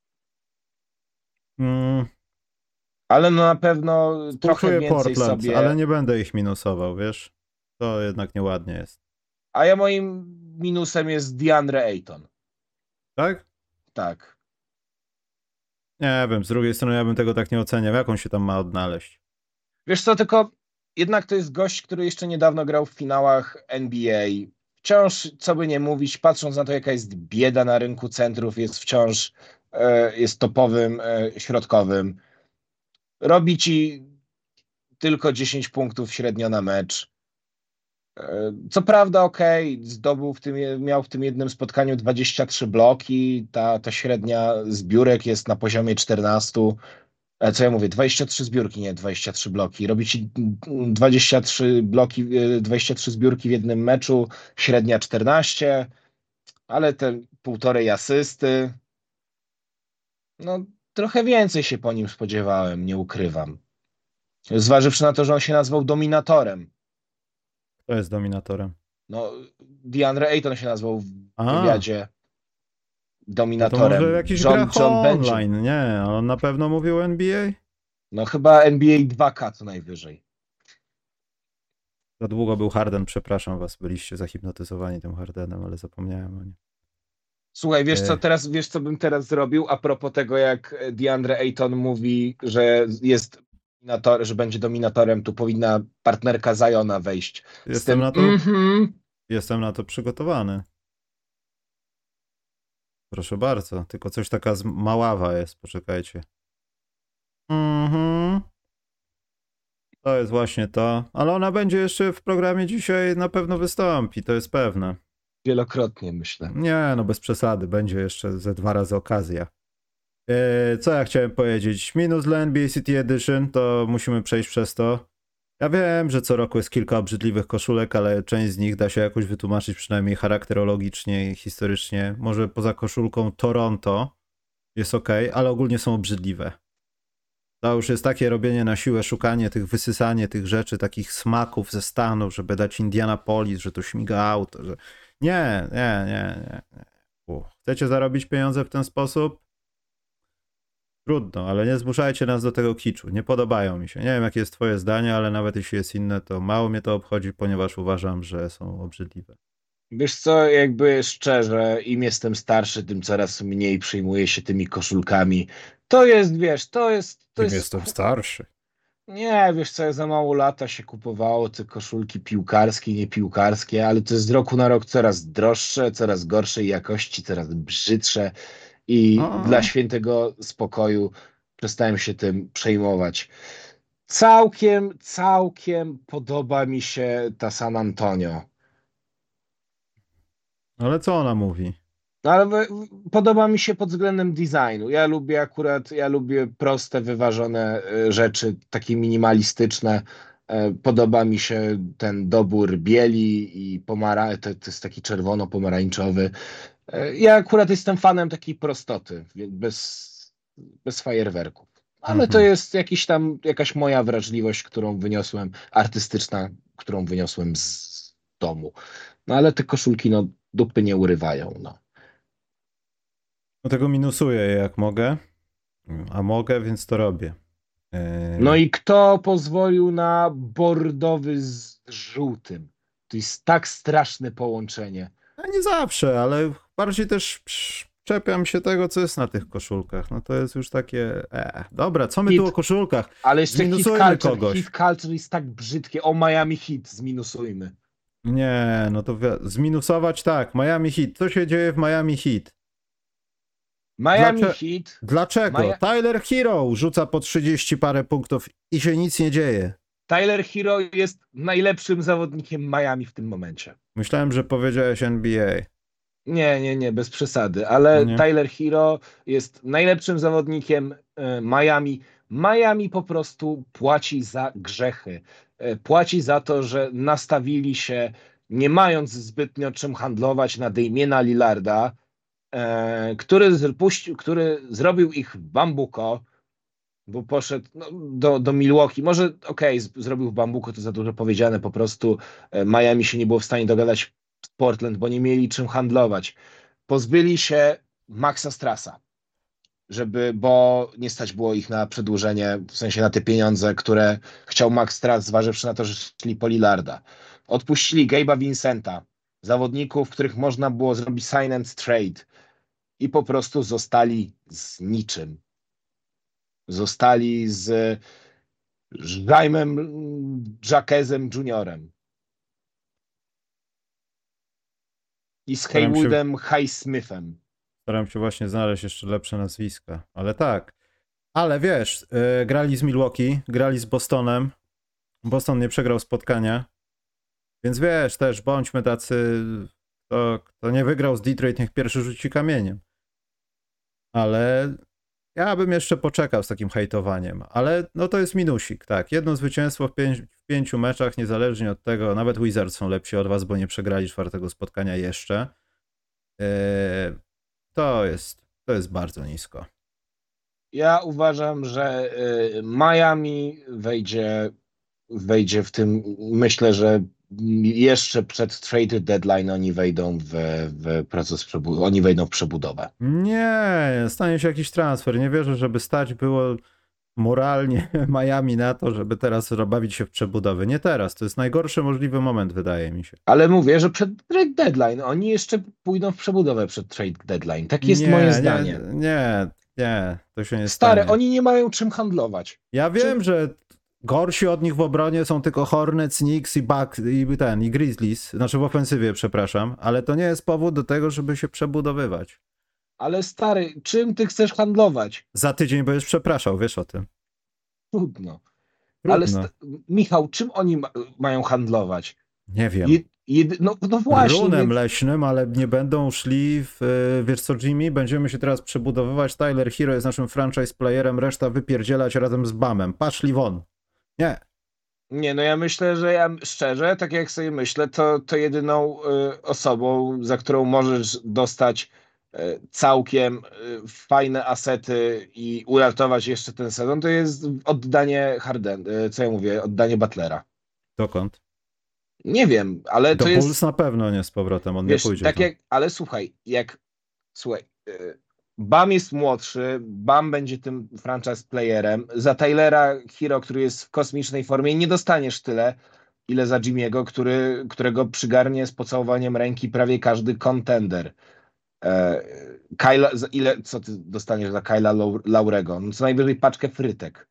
Mm, Ale no na pewno trochę współczuję więcej Portland, ale sobie. nie będę ich minusował, wiesz? To jednak nieładnie jest. A ja moim minusem jest DeAndre Ayton. Tak? Tak. Nie wiem, z drugiej strony ja bym tego tak nie oceniał. Jak on się tam ma odnaleźć? Wiesz co, tylko jednak to jest gość, który jeszcze niedawno grał w finałach N B A. Wciąż, co by nie mówić, patrząc na to, jaka jest bieda na rynku centrów, jest wciąż e, jest topowym e, środkowym. Robi ci tylko dziesięć punktów średnio na mecz. E, Co prawda, okej, zdobył w tym, miał w tym jednym spotkaniu dwadzieścia trzy bloki, ta, ta średnia zbiórek jest na poziomie czternaście. E, Co ja mówię, dwadzieścia trzy zbiórki, nie dwadzieścia trzy bloki. Robi ci dwadzieścia trzy bloki, e, dwadzieścia trzy zbiórki w jednym meczu, średnia czternaście, ale te półtorej asysty. No, trochę więcej się po nim spodziewałem, nie ukrywam. Zważywszy na to, że on się nazwał dominatorem. Kto jest dominatorem? No, DeAndre Ayton się nazwał w A, wywiadzie no to może dominatorem. jakiś John, grach John Benjamin. online, nie? On na pewno mówił o N B A? No chyba N B A dwa K co najwyżej. Za długo był Harden, przepraszam was, byliście zahipnotyzowani tym Hardenem, ale zapomniałem o nim. Słuchaj, wiesz co E, teraz, wiesz co bym teraz zrobił a propos tego, jak DeAndre Ayton mówi, że jest dominator, że będzie dominatorem, tu powinna partnerka Ziona wejść z jestem tym na to, mhm. jestem na to przygotowany. Proszę bardzo, tylko coś taka z- maława jest, poczekajcie. Mhm. To jest właśnie to, ale ona będzie jeszcze w programie dzisiaj na pewno wystąpi, to jest pewne. Wielokrotnie myślę. Nie, no bez przesady, będzie jeszcze ze dwa razy okazja. Eee, co ja chciałem powiedzieć? Minus dla N B A City Edition, to musimy przejść przez to. Ja wiem, że co roku jest kilka obrzydliwych koszulek, ale część z nich da się jakoś wytłumaczyć przynajmniej charakterologicznie i historycznie. Może poza koszulką Toronto jest ok, ale ogólnie są obrzydliwe. To już jest takie robienie na siłę, szukanie tych, wysysanie tych rzeczy, takich smaków ze Stanów, żeby dać Indianapolis, że to śmiga auto, że... Nie, nie, nie, nie. nie. U. Chcecie zarobić pieniądze w ten sposób? Trudno, ale nie zmuszajcie nas do tego kiczu. Nie podobają mi się. Nie wiem, jakie jest twoje zdanie, ale nawet jeśli jest inne, to mało mnie to obchodzi, ponieważ uważam, że są obrzydliwe. Wiesz co, jakby szczerze, im jestem starszy, tym coraz mniej przejmuję się tymi koszulkami. To jest, wiesz, to jest, to Im jest jestem starszy. Nie, wiesz co, za mało lata się kupowało te koszulki piłkarskie, nie piłkarskie, ale to jest z roku na rok coraz droższe, coraz gorszej jakości, coraz brzydsze i dla O, świętego spokoju przestałem się tym przejmować. Całkiem, całkiem podoba mi się ta San Antonio. ale co ona mówi? No ale w- podoba mi się pod względem designu. Ja lubię akurat, ja lubię proste, wyważone e, rzeczy, takie minimalistyczne. E, Podoba mi się ten dobór bieli i pomara, to, to jest taki czerwono-pomarańczowy. E, Ja akurat jestem fanem takiej prostoty, wie- bez, bez fajerwerków. Ale to Mhm. jest jakiś tam, jakaś moja wrażliwość, którą wyniosłem, artystyczna, którą wyniosłem z domu. No ale te koszulki, no dupy nie urywają, no. Dlatego minusuję je jak mogę, a mogę, więc to robię. No Yy, i kto pozwolił na bordowy z żółtym? To jest tak straszne połączenie. a nie zawsze, ale bardziej też czepiam się tego, co jest na tych koszulkach. No to jest już takie, e, dobra, co my tu o Hit, koszulkach? ale jeszcze hit Zminusujmy culture. kogoś. Hit culture jest tak brzydkie. O Miami Heat zminusujmy. Nie, no to wi- zminusować tak, Miami Heat. Co się dzieje w Miami Heat? Miami Dlacze- Heat. Dlaczego? Maja- Tyler Hero rzuca po trzydzieści parę punktów i się nic nie dzieje. Tyler Hero jest najlepszym zawodnikiem Miami w tym momencie. Myślałem, że powiedziałeś N B A. Nie, nie, nie, bez przesady, ale Nie. Tyler Hero jest najlepszym zawodnikiem e, Miami. Miami po prostu płaci za grzechy. E, Płaci za to, że nastawili się, nie mając zbytnio czym handlować, na Damiena Lillarda, e, który, zpuścił, który zrobił ich bambuko, bo poszedł no, do, do Milwaukee. Może okej, z- zrobił w bambuko, to za dużo powiedziane, po prostu e, Miami się nie było w stanie dogadać z Portland, bo nie mieli czym handlować. Pozbyli się Maxa Strassa, żeby, bo nie stać było ich na przedłużenie, w sensie na te pieniądze, które chciał Max Strass, zważywszy na to, że szli po Lillarda. Odpuścili Gabe'a Vincenta, zawodników, których można było zrobić sign and trade i po prostu zostali z niczym. Zostali z Jaimem Jaquezem juniorem i z Staram się, Haywoodem Highsmithem. staram się właśnie znaleźć jeszcze lepsze nazwiska, ale tak. Ale wiesz, yy, grali z Milwaukee, grali z Bostonem. Boston nie przegrał spotkania, więc wiesz, też bądźmy tacy, kto, kto nie wygrał z Detroit, niech pierwszy rzuci kamieniem. Ale ja bym jeszcze poczekał z takim hejtowaniem, ale no to jest minusik, tak. Jedno zwycięstwo w, pięć, w pięciu meczach, niezależnie od tego, nawet Wizards są lepsi od was, bo nie przegrali czwartego spotkania jeszcze. Yy, to jest, to jest bardzo nisko. Ja uważam, że y, Miami wejdzie, wejdzie w tym, myślę, że jeszcze przed trade deadline oni wejdą w, w proces przebudowy, oni wejdą w przebudowę. Nie, stanie się jakiś transfer. Nie wierzę, żeby stać było moralnie Miami na to, żeby teraz bawić się w przebudowy. Nie teraz. To jest najgorszy możliwy moment, wydaje mi się. Ale mówię, że przed trade deadline oni jeszcze pójdą w przebudowę przed trade deadline. Tak jest Nie, moje nie, zdanie. nie, nie, to się nie Stare, stanie. oni nie mają czym handlować. Ja wiem, że gorsi od nich w obronie są tylko Hornets, Knicks i Bucks i ten, i Grizzlies, znaczy w ofensywie, przepraszam, ale to nie jest powód do tego, żeby się przebudowywać. Ale stary, czym ty chcesz handlować? Za tydzień będziesz przepraszał, wiesz o tym. Trudno. Ale Trudno. st- Michał, czym oni ma- mają handlować? Nie wiem. Je- jedy- no, no właśnie, Runem więc, leśnym, ale nie będą szli w, e, wiesz co, Jimmy, będziemy się teraz przebudowywać, Tyler Hero jest naszym franchise playerem, reszta wypierdzielać razem z Bamem. Paszli won. Nie. nie, no ja myślę, że ja szczerze, tak jak sobie myślę, to, to jedyną y, osobą, za którą możesz dostać y, całkiem y, fajne asety i uratować jeszcze ten sezon, to jest oddanie Harden, y, co ja mówię, oddanie Butlera. Dokąd? Nie wiem, ale Do to Bulls jest, na pewno nie z powrotem, on wiesz, nie pójdzie tak tam. jak, ale słuchaj, jak, słuchaj, y, Bam jest młodszy, Bam będzie tym franchise playerem. Za Tylera Hero, który jest w kosmicznej formie, nie dostaniesz tyle, ile za Jimmy'ego, który, którego przygarnie z pocałowaniem ręki prawie każdy contender. E, Kyla, za ile, co ty dostaniesz za Kyla Lau- Laurego? No co najwyżej paczkę frytek.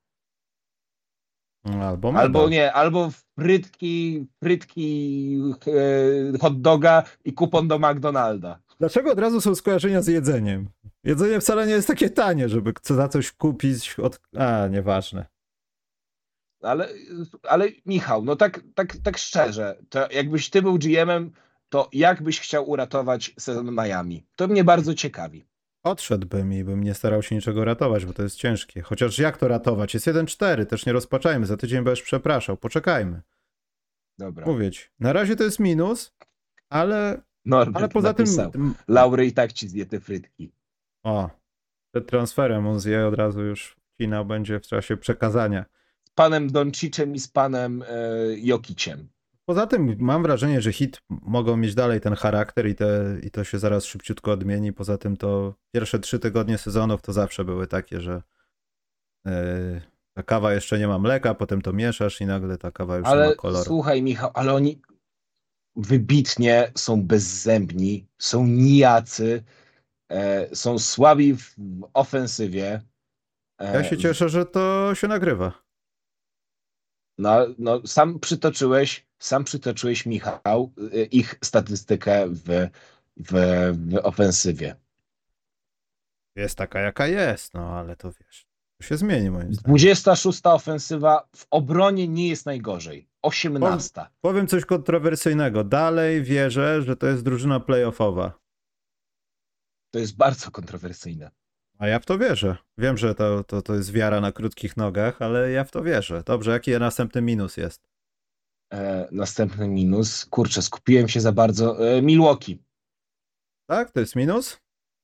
Albo Albo medal. nie, albo frytki, frytki e, hot doga i kupon do McDonalda. Dlaczego od razu są skojarzenia z jedzeniem? Jedzenie wcale nie jest takie tanie, żeby co- za coś kupić od... A, nieważne. Ale, ale Michał, no tak, tak, tak szczerze, to jakbyś ty był G M-em, to jak byś chciał uratować sezon Miami? To mnie bardzo ciekawi. Odszedłbym i bym nie starał się niczego ratować, bo to jest ciężkie. Chociaż jak to ratować? Jest jeden cztery, też nie rozpaczajmy. Za tydzień będziesz przepraszał. Poczekajmy. Dobra. Mówię ci. Na razie to jest minus, ale, Norbert ale poza napisał, tym... Laury i tak ci zje te frytki. O, przed transferem on zje, od razu już wcinał będzie w czasie przekazania. Z panem Doncicem i z panem e, Jokiciem. Poza tym mam wrażenie, że Heat mogą mieć dalej ten charakter i, te, i to się zaraz szybciutko odmieni. Poza tym to pierwsze trzy tygodnie sezonów to zawsze były takie, że yy, ta kawa jeszcze nie ma mleka, potem to mieszasz i nagle ta kawa już nie ma Ale koloru. słuchaj, Michał, ale oni wybitnie są bezzębni, są nijacy, e, są słabi w, w ofensywie. Ja E, się cieszę, że to się nagrywa. no, no, sam przytoczyłeś, sam przytoczyłeś, Michał, e, ich statystykę w, w, w ofensywie. Jest taka, jaka jest, no ale to wiesz, to się zmieni moim zdaniem. dwudziesta szósta ofensywa w obronie nie jest najgorzej. osiemnasta. Powiem coś kontrowersyjnego. Dalej wierzę, że to jest drużyna playoffowa. To jest bardzo kontrowersyjne. A ja w to wierzę. Wiem, że to, to, to jest wiara na krótkich nogach, ale ja w to wierzę. Dobrze, jaki następny minus jest? E, następny minus. Kurczę, skupiłem się za bardzo. E, Milwaukee. Tak? To jest minus?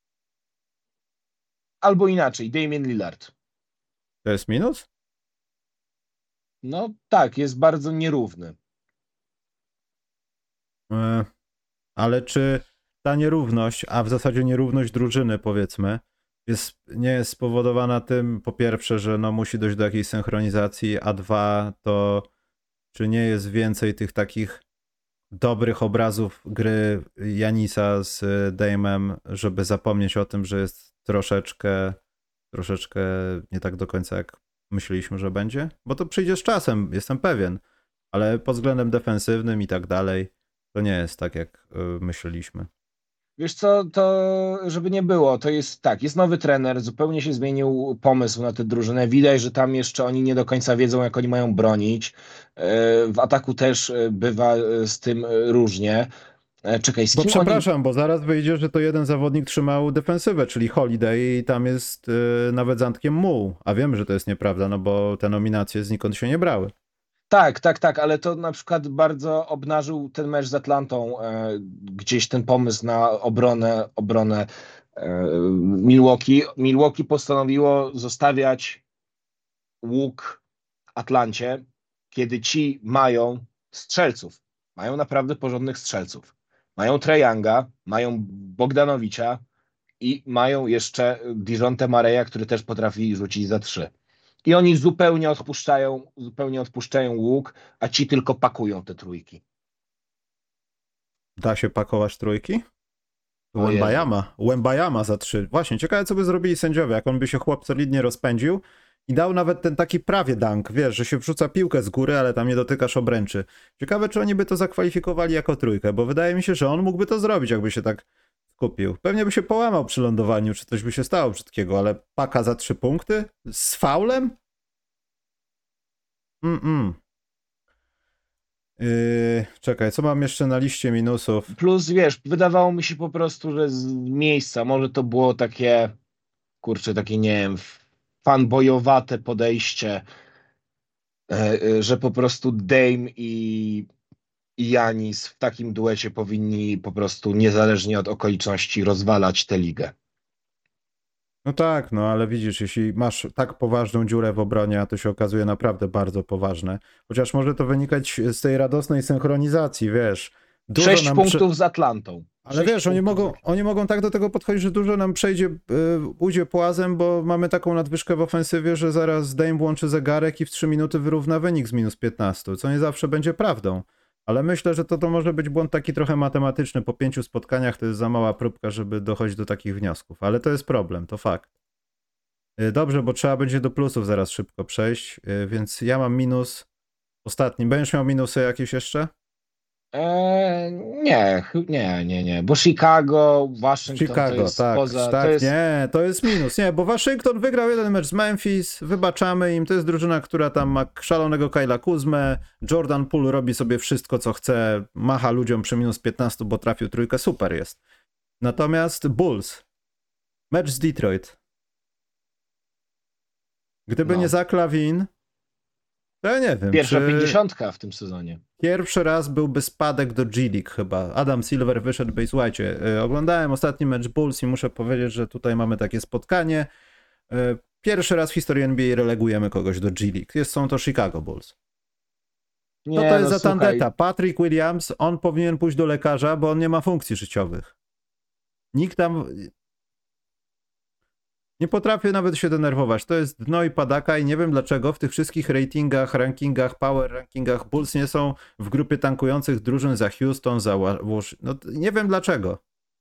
Albo inaczej, Damian Lillard. To jest minus? No tak, jest bardzo nierówny. E, ale czy ta nierówność, a w zasadzie nierówność drużyny, powiedzmy, jest, nie jest spowodowana tym, po pierwsze, że no musi dojść do jakiejś synchronizacji, a dwa, to czy nie jest więcej tych takich dobrych obrazów gry Janisa z Dame'em, żeby zapomnieć o tym, że jest troszeczkę, troszeczkę nie tak do końca jak myśleliśmy, że będzie? Bo to przyjdzie z czasem, jestem pewien, ale pod względem defensywnym i tak dalej, to nie jest tak, jak myśleliśmy. Wiesz co, to żeby nie było, to jest tak, jest nowy trener, zupełnie się zmienił pomysł na tę drużynę. Widać, że tam jeszcze oni nie do końca wiedzą, jak oni mają bronić. W ataku też bywa z tym różnie. Czekaj, z Bo kim przepraszam, oni... bo zaraz wyjdzie, że to jeden zawodnik trzymał defensywę, czyli Holiday i tam jest yy, nawet z Antkiem muł. A wiemy, że to jest nieprawda, no bo te nominacje znikąd się nie brały. Tak, tak, tak, ale to na przykład bardzo obnażył ten mecz z Atlantą, e, gdzieś ten pomysł na obronę, obronę e, Milwaukee. Milwaukee postanowiło zostawiać łuk Atlancie, kiedy ci mają strzelców, mają naprawdę porządnych strzelców. Mają Trae Younga, mają Bogdanowicza i mają jeszcze Dejounte Murray'a, który też potrafi rzucić za trzy. I oni zupełnie odpuszczają, zupełnie odpuszczają łuk, a ci tylko pakują te trójki. Da się pakować trójki? O Wembayama. Wembayama za trzy. Właśnie, ciekawe co by zrobili sędziowie, jak on by się chłop solidnie rozpędził i dał nawet ten taki prawie dunk, wiesz, że się wrzuca piłkę z góry, ale tam nie dotykasz obręczy. Ciekawe, czy oni by to zakwalifikowali jako trójkę, bo wydaje mi się, że on mógłby to zrobić, jakby się tak skupił. Pewnie by się połamał przy lądowaniu, czy coś by się stało brzydkiego, ale paka za trzy punkty? Z faulem? Mm-mm. Yy, czekaj, co mam jeszcze na liście minusów? Plus, wiesz, wydawało mi się po prostu, że z miejsca, może to było takie, kurczę, takie, nie wiem, fanboyowate podejście, e, e, że po prostu Dame i, i Janis w takim duecie powinni po prostu niezależnie od okoliczności rozwalać tę ligę. No tak, no ale widzisz, jeśli masz tak poważną dziurę w obronie, a to się okazuje naprawdę bardzo poważne, chociaż może to wynikać z tej radosnej synchronizacji, wiesz. Dużo Sześć nam punktów prze... z Atlantą. Ale Sześć wiesz, oni punktów mogą, z oni mogą tak do tego podchodzić, że dużo nam przejdzie, yy, ujdzie płazem, bo mamy taką nadwyżkę w ofensywie, że zaraz Dame włączy zegarek i w trzy minuty wyrówna wynik z minus piętnaście, co nie zawsze będzie prawdą. Ale myślę, że to, to może być błąd taki trochę matematyczny. Po pięciu spotkaniach to jest za mała próbka, żeby dochodzić do takich wniosków. Ale to jest problem, to fakt. Dobrze, bo trzeba będzie do plusów zaraz szybko przejść, więc ja mam minus ostatni. Będziesz miał minusy jakieś jeszcze? Eee, nie, ch- nie, nie, nie, bo Chicago, Waszyngton to Chicago, jest tak, poza, tak, to jest, nie, to jest minus, nie, bo Waszyngton wygrał jeden mecz z Memphis, wybaczamy im, to jest drużyna, która tam ma szalonego Kyla Kuzmę, Jordan Poole robi sobie wszystko, co chce, macha ludziom przy minus piętnaście, bo trafił trójkę, super jest. Natomiast Bulls, mecz z Detroit. Gdyby no, nie Zach LaVine, to ja nie wiem, pierwsza czy pięćdziesiątka w tym sezonie. pierwszy raz byłby spadek do G League chyba. Adam Silver wyszedł, by słuchajcie, yy, oglądałem ostatni mecz Bulls i muszę powiedzieć, że tutaj mamy takie spotkanie. Yy, pierwszy raz w historii N B A relegujemy kogoś do G League. Jest, są to Chicago Bulls. Co Nie, to jest no za słuchaj, tandeta? Patrick Williams, on powinien pójść do lekarza, bo on nie ma funkcji życiowych. Nikt tam nie potrafię nawet się denerwować. To jest dno i padaka i nie wiem dlaczego w tych wszystkich ratingach, rankingach, power rankingach Bulls nie są w grupie tankujących drużyn za Houston, za Washington. No nie wiem dlaczego.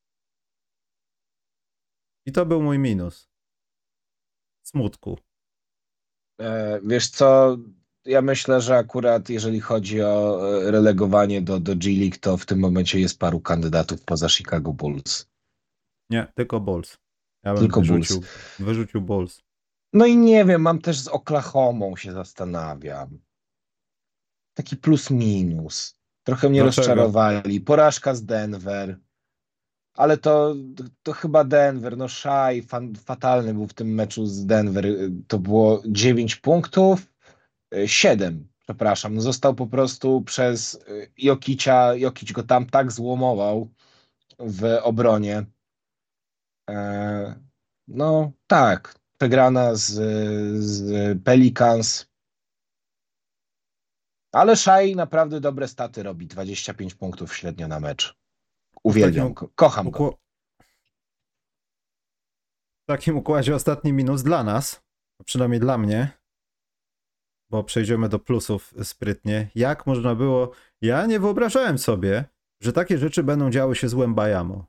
I to był mój minus. Smutku. e, wiesz co, ja myślę, że akurat jeżeli chodzi o e, relegowanie do, do G League, to w tym momencie jest paru kandydatów poza Chicago Bulls. Nie, tylko Bulls. Ja bym Tylko Bulls. wyrzucił, wyrzucił Bulls. No i nie wiem, mam też z Oklahomą się zastanawiam. Taki plus minus. Trochę mnie Dlaczego? rozczarowali. Porażka z Denver. Ale to, to chyba Denver. No Shai fan, fatalny był w tym meczu z Denver. To było dziewięć punktów. siedem, przepraszam. No został po prostu przez Jokicia. Jokic go tam tak złomował w obronie. E, no tak. Przegrana z, z Pelicans. Ale Shai naprawdę dobre staty robi. dwadzieścia pięć punktów średnio na mecz. Uwielbiam W takim go. Kocham go. ukł- W takim układzie ostatni minus dla nas, przynajmniej dla mnie, bo przejdziemy do plusów sprytnie. Jak można było... Ja nie wyobrażałem sobie, że takie rzeczy będą działy się z Wembayamo.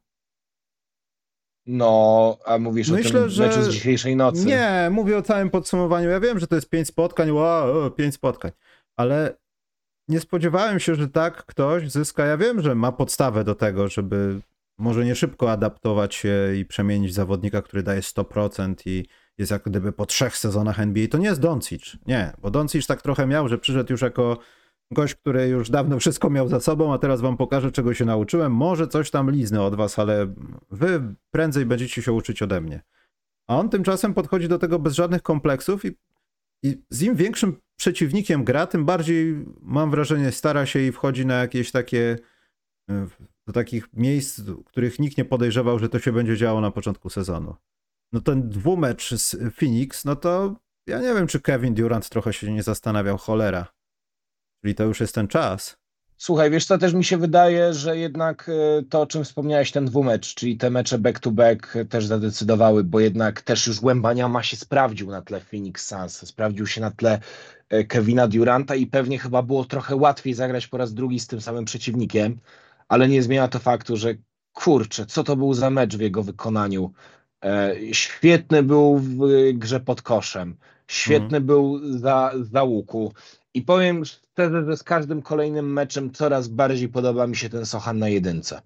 No, a mówisz Myślę, o tym że- meczu z dzisiejszej nocy. Nie, mówię o całym podsumowaniu. Ja wiem, że to jest pięć spotkań, wow, pięć spotkań, ale nie spodziewałem się, że tak ktoś zyska. Ja wiem, że ma podstawę do tego, żeby może nie szybko adaptować się i przemienić zawodnika, który daje sto procent i jest jak gdyby po trzech sezonach N B A. To nie jest Doncic. Nie, bo Doncic tak trochę miał, że przyszedł już jako gość, który już dawno wszystko miał za sobą, a teraz wam pokażę, czego się nauczyłem. Może coś tam liznę od was, ale wy prędzej będziecie się uczyć ode mnie. A on tymczasem podchodzi do tego bez żadnych kompleksów i, i z im większym przeciwnikiem gra, tym bardziej, mam wrażenie, stara się i wchodzi na jakieś takie, y, do takich miejsc, których nikt nie podejrzewał, że to się będzie działo na początku sezonu. No ten dwumecz z Phoenix, no to ja nie wiem, czy Kevin Durant trochę się nie zastanawiał, cholera. Czyli to już jest ten czas. Słuchaj, wiesz co, też mi się wydaje, że jednak e, to, o czym wspomniałeś, ten dwumecz, czyli te mecze back-to-back e, też zadecydowały, bo jednak też już Wembanyama się sprawdził na tle Phoenix Suns, sprawdził się na tle e, Kevina Duranta i pewnie chyba było trochę łatwiej zagrać po raz drugi z tym samym przeciwnikiem, ale nie zmienia to faktu, że kurczę, co to był za mecz w jego wykonaniu. E, Świetny był w e, grze pod koszem, świetny był za, za łuku. I powiem szczerze, że z każdym kolejnym meczem coraz bardziej podoba mi się ten Sochan na jedynce.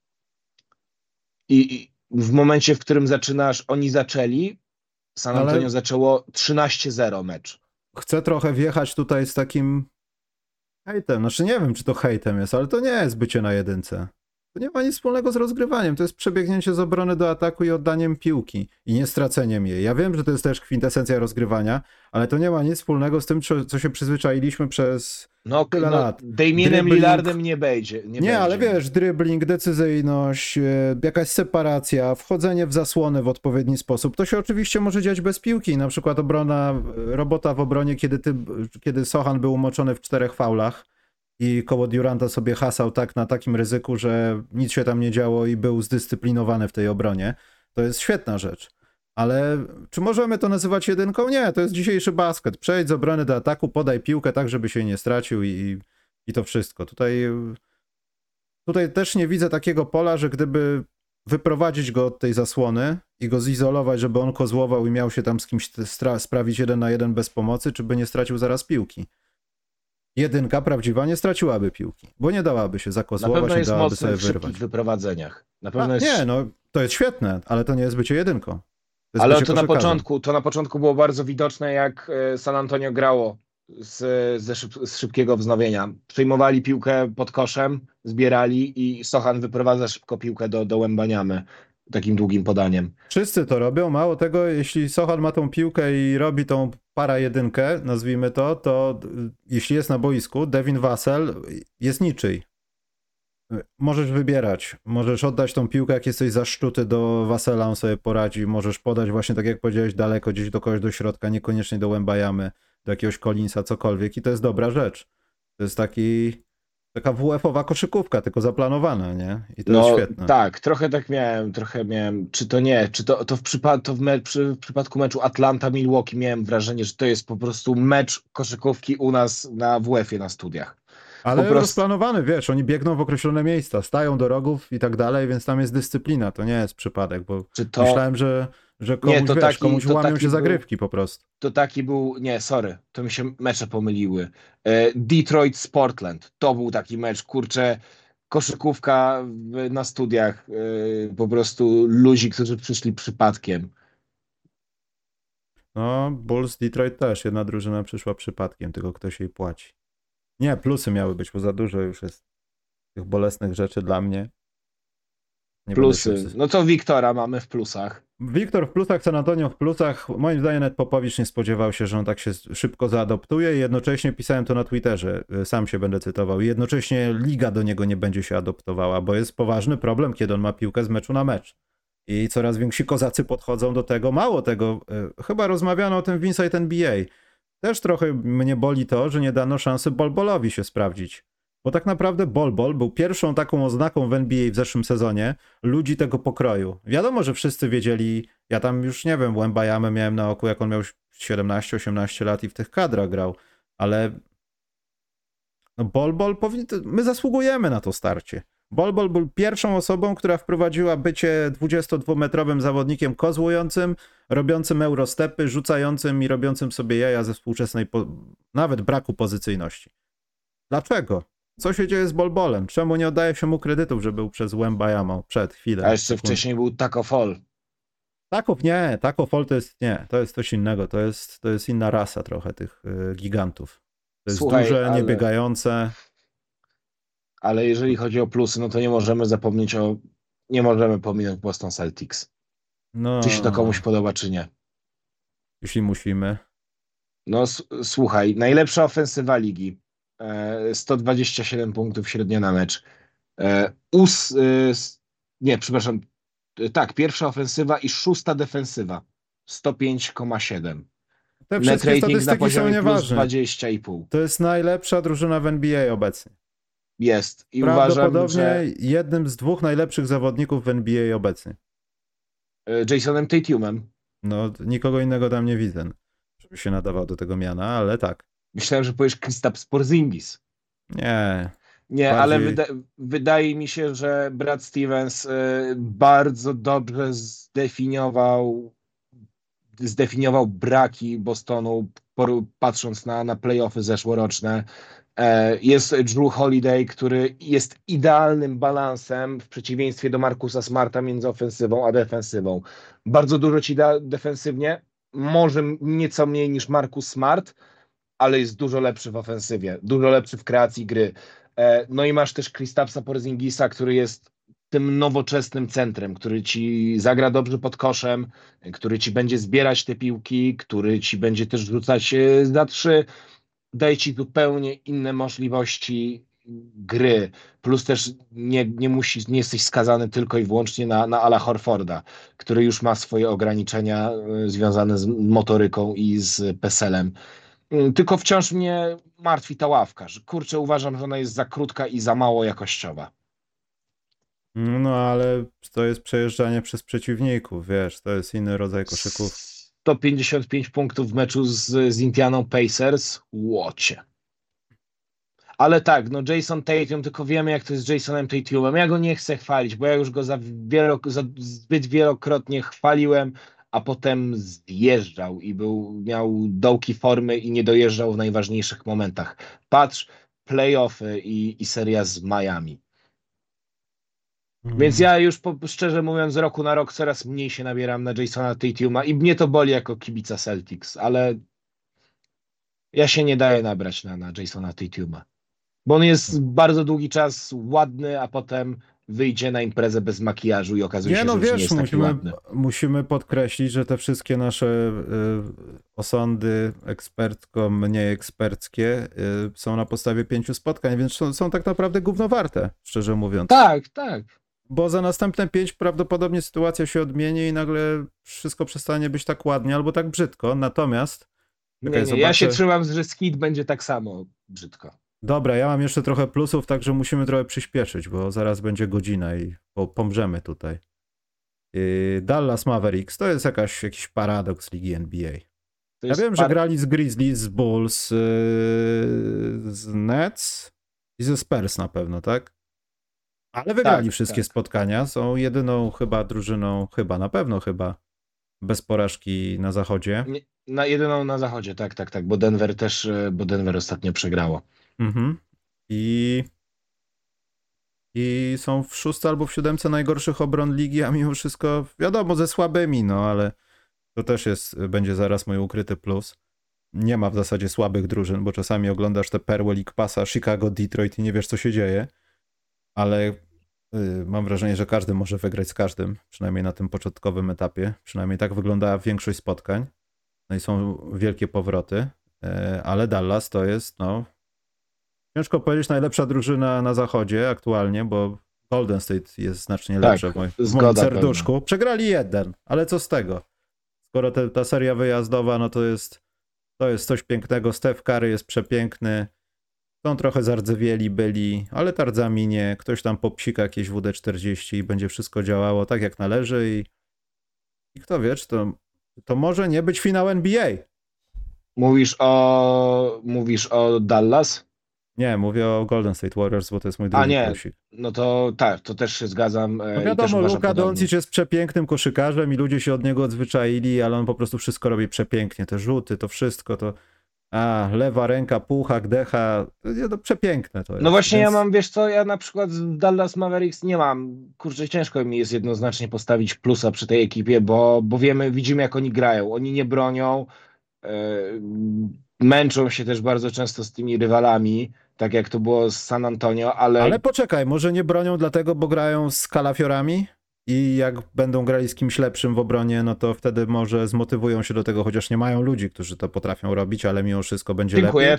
I, i w momencie, w którym zaczynasz, oni zaczęli, San Ale- Antonio zaczęło trzynaście zero mecz. Chcę trochę wjechać tutaj z takim hejtem. Znaczy nie wiem, czy to hejtem jest, ale to nie jest bycie na jedynce. To nie ma nic wspólnego z rozgrywaniem. To jest przebiegnięcie z obrony do ataku i oddaniem piłki i nie straceniem jej. Ja wiem, że to jest też kwintesencja rozgrywania, ale to nie ma nic wspólnego z tym, co co się przyzwyczailiśmy przez... No, Tyle no lat. Damienem Dribbling- Lillardem nie będzie. Nie, Nie, będzie. ale wiesz, dribbling, decyzyjność, e, jakaś separacja, wchodzenie w zasłony w odpowiedni sposób. To się oczywiście może dziać bez piłki. Na przykład obrona, e, robota w obronie, kiedy, ty, kiedy Sochan był umoczony w czterech faulach i koło Duranta sobie hasał tak na takim ryzyku, że nic się tam nie działo i był zdyscyplinowany w tej obronie. To jest świetna rzecz. Ale czy możemy to nazywać jedynką? Nie, to jest dzisiejszy basket. Przejdź z obrony do ataku, podaj piłkę tak, żeby się nie stracił i, i to wszystko. Tutaj, tutaj też nie widzę takiego pola, że gdyby wyprowadzić go od tej zasłony i go zizolować, żeby on kozłował i miał się tam z kimś stra- sprawić jeden na jeden bez pomocy, czy by nie stracił zaraz piłki. Jedynka prawdziwa nie straciłaby piłki, bo nie dałaby się Na zakozłować, pewno nie jest dałaby mocny sobie w wyrwać. szybkich wyprowadzeniach. Na A, pewno jest... nie, no to jest świetne, ale to nie jest bycie jedynką. To jest Ale bycie to na koszykarzem. początku, to na początku było bardzo widoczne, jak e, San Antonio grało z, ze szyb, z szybkiego wznowienia. Przyjmowali piłkę pod koszem, zbierali i Sochan wyprowadza szybko piłkę do, do Wembanyamy takim długim podaniem. Wszyscy to robią, mało tego, jeśli Sochan ma tą piłkę i robi tą para jedynkę, nazwijmy to, to y, jeśli jest na boisku, Devin Vassell jest niczyj. Y, Możesz wybierać, możesz oddać tą piłkę, jak jesteś zaszczuty do Vassella, on sobie poradzi, możesz podać właśnie tak jak powiedziałeś, daleko gdzieś do kogoś do środka, niekoniecznie do Wembanyamy, do jakiegoś Collinsa, cokolwiek i to jest dobra rzecz. To jest taki, taka W F-owa koszykówka, tylko zaplanowana, nie? I to No jest świetne. tak, trochę tak miałem, trochę miałem, czy to nie, czy to, to, w, przypad, to w, me, przy, w przypadku meczu Atlanta-Milwaukee miałem wrażenie, że to jest po prostu mecz koszykówki u nas na W F-ie na studiach. Po Ale prostu, rozplanowany, wiesz, oni biegną w określone miejsca, stają do rogów i tak dalej, więc tam jest dyscyplina, to nie jest przypadek, bo czy to, myślałem, że, że nie, komuś, to wiesz, taki, komuś to łamią taki się był, zagrywki po prostu. to taki był, nie, sorry, to mi się mecze pomyliły. E, Detroit z Portland, to był taki mecz, kurczę, koszykówka w, na studiach, e, po prostu ludzi, którzy przyszli przypadkiem. No, Bulls Detroit też, jedna drużyna przyszła przypadkiem, tylko ktoś jej płaci. Nie, plusy miały być, bo za dużo już jest tych bolesnych rzeczy dla mnie. Nie będę się Plusy, psy- no to Wiktora mamy w plusach. Wiktor w plusach, San Antonio w plusach. Moim zdaniem nawet Popowicz nie spodziewał się, że on tak się szybko zaadoptuje i jednocześnie pisałem to na Twitterze, sam się będę cytował, i jednocześnie liga do niego nie będzie się adoptowała, bo jest poważny problem, kiedy on ma piłkę z meczu na mecz. I coraz więksi kozacy podchodzą do tego. Mało tego, y, chyba rozmawiano o tym w Inside N B A. Też trochę mnie boli to, że nie dano szansy Bol-Bolowi się sprawdzić. Bo tak naprawdę Bol-Bol był pierwszą taką oznaką w N B A w zeszłym sezonie ludzi tego pokroju. Wiadomo, że wszyscy wiedzieli, ja tam już nie wiem, Wembanyamę miałem na oku, jak on miał siedemnaście osiemnaście lat i w tych kadrach grał, ale no Bol-Bol powinien, my zasługujemy na to starcie. Bol-Bol był pierwszą osobą, która wprowadziła bycie dwudziestodwumetrowym zawodnikiem kozłującym, robiącym eurostepy, rzucającym i robiącym sobie jaja ze współczesnej, po... nawet braku pozycyjności. Dlaczego? Co się dzieje z Bol-Bolem? Czemu nie oddaje się mu kredytów, że był przez Wembanyamą przed chwilę? A jeszcze sekundę. wcześniej był Taco Fall. Taków nie, Taco Fall to jest nie, to jest coś innego, to jest, to jest inna rasa trochę tych y, gigantów. To jest Słuchaj, duże, ale- niebiegające. Ale jeżeli chodzi o plusy, no to nie możemy zapomnieć o... Nie możemy pominąć Boston Celtics. No, Czy się to komuś podoba, czy nie. jeśli musimy. No s- słuchaj, najlepsza ofensywa ligi. E, sto dwadzieścia siedem punktów średnio na mecz. E, us, e, s- nie, przepraszam. E, Tak, pierwsza ofensywa i szósta defensywa. sto pięć przecinek siedem. Te Net wszystkie rating na statystyki są poziomie plus nieważne. dwadzieścia i pół. To jest najlepsza drużyna w N B A obecnie. Jest. I uważam, Prawdopodobnie że jednym z dwóch najlepszych zawodników w N B A obecnie. e, Jasonem Tatumem. No, nikogo innego tam nie widzę, żeby się nadawał do tego miana, ale tak. Myślałem, że powiesz Kristaps Porzingis. Nie. Nie, Bardziej- ale wyda wydaje mi się, że Brad Stevens y, bardzo dobrze zdefiniował zdefiniował braki Bostonu, por- patrząc na, na playoffy zeszłoroczne. E, Jest Drew Holiday, który jest idealnym balansem w przeciwieństwie do Marcusa Smarta między ofensywą a defensywą. Bardzo dużo ci da defensywnie, może nieco mniej niż Marcus Smart, ale jest dużo lepszy w ofensywie, dużo lepszy w kreacji gry. E, No i masz też Kristapsa Porzingisa, który jest tym nowoczesnym centrem, który ci zagra dobrze pod koszem, który ci będzie zbierać te piłki, który ci będzie też rzucać e, za trzy, daje ci zupełnie inne możliwości gry, plus też nie, nie, musisz, nie jesteś skazany tylko i wyłącznie na, na Ala Horforda, który już ma swoje ograniczenia e, związane z motoryką i z peselem. Mm, Tylko wciąż mnie martwi ta ławka, że kurczę, uważam, że ona jest za krótka i za mało jakościowa. No, ale to jest przejeżdżanie przez przeciwników, wiesz, to jest inny rodzaj koszykówki. sto pięćdziesiąt pięć punktów w meczu z, z Indianą Pacers. Łocie. Ale tak, no Jason Tatum, tylko wiemy jak to jest z Jasonem Tatumem. Ja go nie chcę chwalić, bo ja już go za, wielo, za zbyt wielokrotnie chwaliłem, a potem zjeżdżał i był, miał dołki formy i nie dojeżdżał w najważniejszych momentach. Patrz, playoffy i, i seria z Miami. Więc ja już po, szczerze mówiąc z roku na rok coraz mniej się nabieram na Jasona Tatuma i mnie to boli jako kibica Celtics, ale ja się nie daję nabrać na, na Jasona Tatuma. Bo on jest bardzo długi czas ładny, a potem wyjdzie na imprezę bez makijażu i okazuje Nie, się, no że już nie wiesz, jest taki musimy, ładny. musimy podkreślić, że te wszystkie nasze y, osądy ekspercko-mniej eksperckie y, są na podstawie pięciu spotkań, więc są, są tak naprawdę gównowarte, szczerze mówiąc. Tak, tak. Bo za następne pięć prawdopodobnie sytuacja się odmieni i nagle wszystko przestanie być tak ładnie albo tak brzydko. Natomiast Nie, czekaj, nie, ja zobaczę. się trzymam, że skid będzie tak samo brzydko. Dobra, ja mam jeszcze trochę plusów, także musimy trochę przyspieszyć, bo zaraz będzie godzina i po, pomrzemy tutaj. Yy, Dallas Mavericks to jest jakaś, jakiś paradoks ligi N B A. To Ja jest wiem, że par... grali z Grizzlies, z Bulls, yy, z Nets i ze Spurs na pewno, tak? Ale wygrali Tak, wszystkie tak. spotkania. Są jedyną chyba drużyną, chyba na pewno chyba, bez porażki na zachodzie. Nie, na jedyną na zachodzie, tak, tak, tak, bo Denver też, e, bo Denver ostatnio przegrało. Mhm. I, I są w szóstce albo w siódemce najgorszych obron ligi, a mimo wszystko wiadomo, ze słabymi, no ale to też jest, będzie zaraz mój ukryty plus. Nie ma w zasadzie słabych drużyn, bo czasami oglądasz te perły League Passa, Chicago, Detroit i nie wiesz, co się dzieje, ale y, mam wrażenie, że każdy może wygrać z każdym, przynajmniej na tym początkowym etapie. Przynajmniej tak wygląda większość spotkań. No i są wielkie powroty, y, ale Dallas to jest, no, ciężko powiedzieć najlepsza drużyna na zachodzie aktualnie, bo Golden State jest znacznie lepsze Tak, w moim, w moim zgoda pełna. serduszku. Przegrali jeden, ale co z tego? Skoro te, ta seria wyjazdowa, no to jest, to jest coś pięknego. Steph Curry jest przepiękny. Są trochę zardzewieli byli, ale tarza minie. Ktoś tam popsika jakieś W D czterdzieści i będzie wszystko działało tak jak należy i, i kto wie, czy to, to może nie być finał N B A. Mówisz o, mówisz o Dallas? Nie, mówię o Golden State Warriors, bo to jest mój A drugi nie, plusik. no to tak, to też się zgadzam No e, i też wiadomo, uważam Luka podobnie. Doncic jest przepięknym koszykarzem i ludzie się od niego odzwyczaili, ale on po prostu wszystko robi przepięknie. Te rzuty, to wszystko, to a, lewa ręka, puchak, decha, to, nie, to przepiękne to No jest, właśnie ja więc mam, wiesz co, ja na przykład z Dallas Mavericks nie mam, kurczę, ciężko mi jest jednoznacznie postawić plusa przy tej ekipie, bo, bo wiemy, widzimy jak oni grają, oni nie bronią, e, męczą się też bardzo często z tymi rywalami, tak jak to było z San Antonio, ale ale poczekaj, może nie bronią dlatego, bo grają z kalafiorami i jak będą grali z kimś lepszym w obronie, no to wtedy może zmotywują się do tego, chociaż nie mają ludzi, którzy to potrafią robić, ale mimo wszystko będzie dziękuję, lepiej.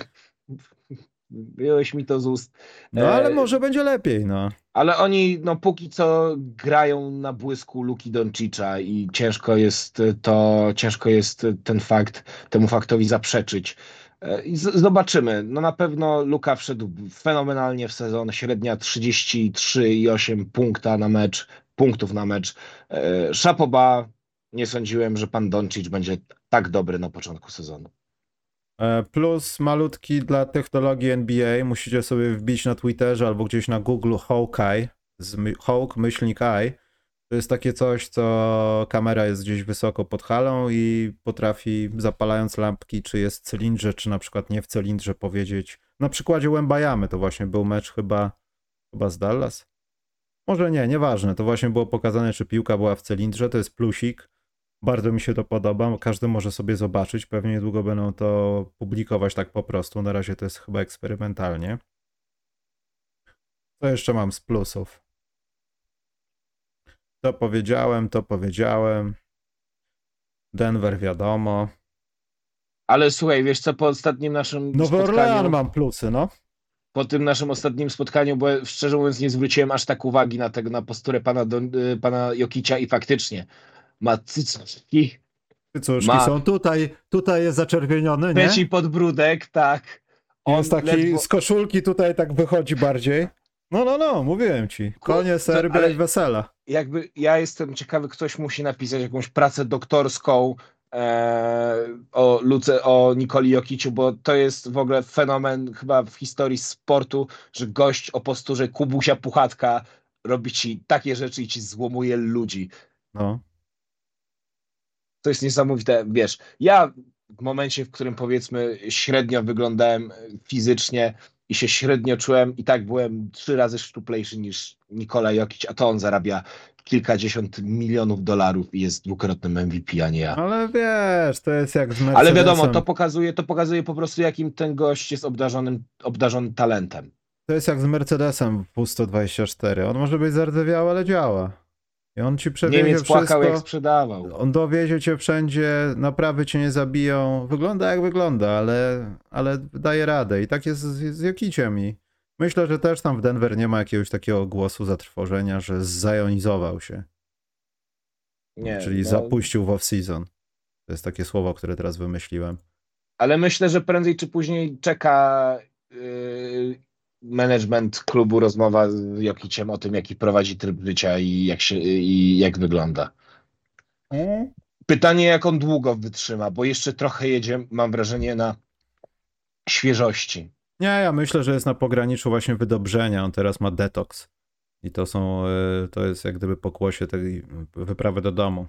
wyjąłeś mi to z ust. No ale E, może będzie lepiej, no. Ale oni, no póki co grają na błysku Luki Doncicza i ciężko jest to, ciężko jest ten fakt, temu faktowi zaprzeczyć. E, I z- zobaczymy. No na pewno Luka wszedł fenomenalnie w sezon, średnia trzydzieści trzy i osiem punkta na mecz, punktów na mecz. E, Szapoba, nie sądziłem, że pan Doncic będzie tak dobry na początku sezonu. E, Plus malutki dla technologii N B A. Musicie sobie wbić na Twitterze albo gdzieś na Google Hawkeye, z my, Hawk myślnik Eye. To jest takie coś, co kamera jest gdzieś wysoko pod halą i potrafi, zapalając lampki, czy jest w cylindrze, czy na przykład nie w cylindrze, powiedzieć. Na przykładzie Wembanyamy to właśnie był mecz chyba, chyba z Dallas. Może nie, nieważne. To właśnie było pokazane, czy piłka była w cylindrze. To jest plusik. Bardzo mi się to podoba. Każdy może sobie zobaczyć. Pewnie niedługo będą to publikować tak po prostu. Na razie to jest chyba eksperymentalnie. Co jeszcze mam z plusów? To powiedziałem, to powiedziałem. Denver wiadomo. Ale słuchaj, wiesz co, po ostatnim naszym Nowy Orlean spotkaniu. mam plusy, no. Po tym naszym ostatnim spotkaniu, bo szczerze mówiąc nie zwróciłem aż tak uwagi na tego, na posturę pana, Don, y, pana Jokicia i faktycznie ma cycki, Cycuszki ma są tutaj. Tutaj jest zaczerwieniony, trzeci nie? podbródek, tak. Jest On taki ledwo, z koszulki tutaj tak wychodzi bardziej. No, no, no, mówiłem ci. ku- Konie, to, Serbia ale i wesela. jakby ja jestem ciekawy, ktoś musi napisać jakąś pracę doktorską e, o Luce, o Nikoli Jokiciu, bo to jest w ogóle fenomen chyba w historii sportu, że gość o posturze Kubusia Puchatka robi ci takie rzeczy i ci złomuje ludzi. No. To jest niesamowite, wiesz, ja w momencie, w którym powiedzmy średnio wyglądałem fizycznie i się średnio czułem i tak byłem trzy razy szczuplejszy niż Nikola Jokic, a to on zarabia kilkadziesiąt milionów dolarów i jest dwukrotnym M V P, a nie ja. Ale wiesz, to jest jak z Ale wiadomo, to Mercedesem. pokazuje, to pokazuje po prostu, jakim ten gość jest obdarzonym, obdarzony talentem. To jest jak z Mercedesem w W sto dwadzieścia cztery. On może być zardzewiały, ale działa. I on ci przewiezie Niemiec płakał, jak wszystko. sprzedawał. On dowiezie cię wszędzie, naprawy cię nie zabiją. Wygląda jak wygląda, ale, ale daje radę. I tak jest z, z Jokiciem. I myślę, że też tam w Denver nie ma jakiegoś takiego głosu zatrwożenia, że zajonizował się. Nie, Czyli no, zapuścił w off-season. To jest takie słowo, które teraz wymyśliłem. ale myślę, że prędzej czy później czeka yy, management klubu rozmowa z Jokiciem o tym, jaki prowadzi tryb życia i jak się, i jak wygląda. Mm. Pytanie, jak on długo wytrzyma, bo jeszcze trochę jedzie, mam wrażenie, na świeżości. Nie, ja myślę, że jest na pograniczu właśnie wydobrzenia. On teraz ma detoks. I to są, y, to jest jak gdyby pokłosie tej wyprawy do domu.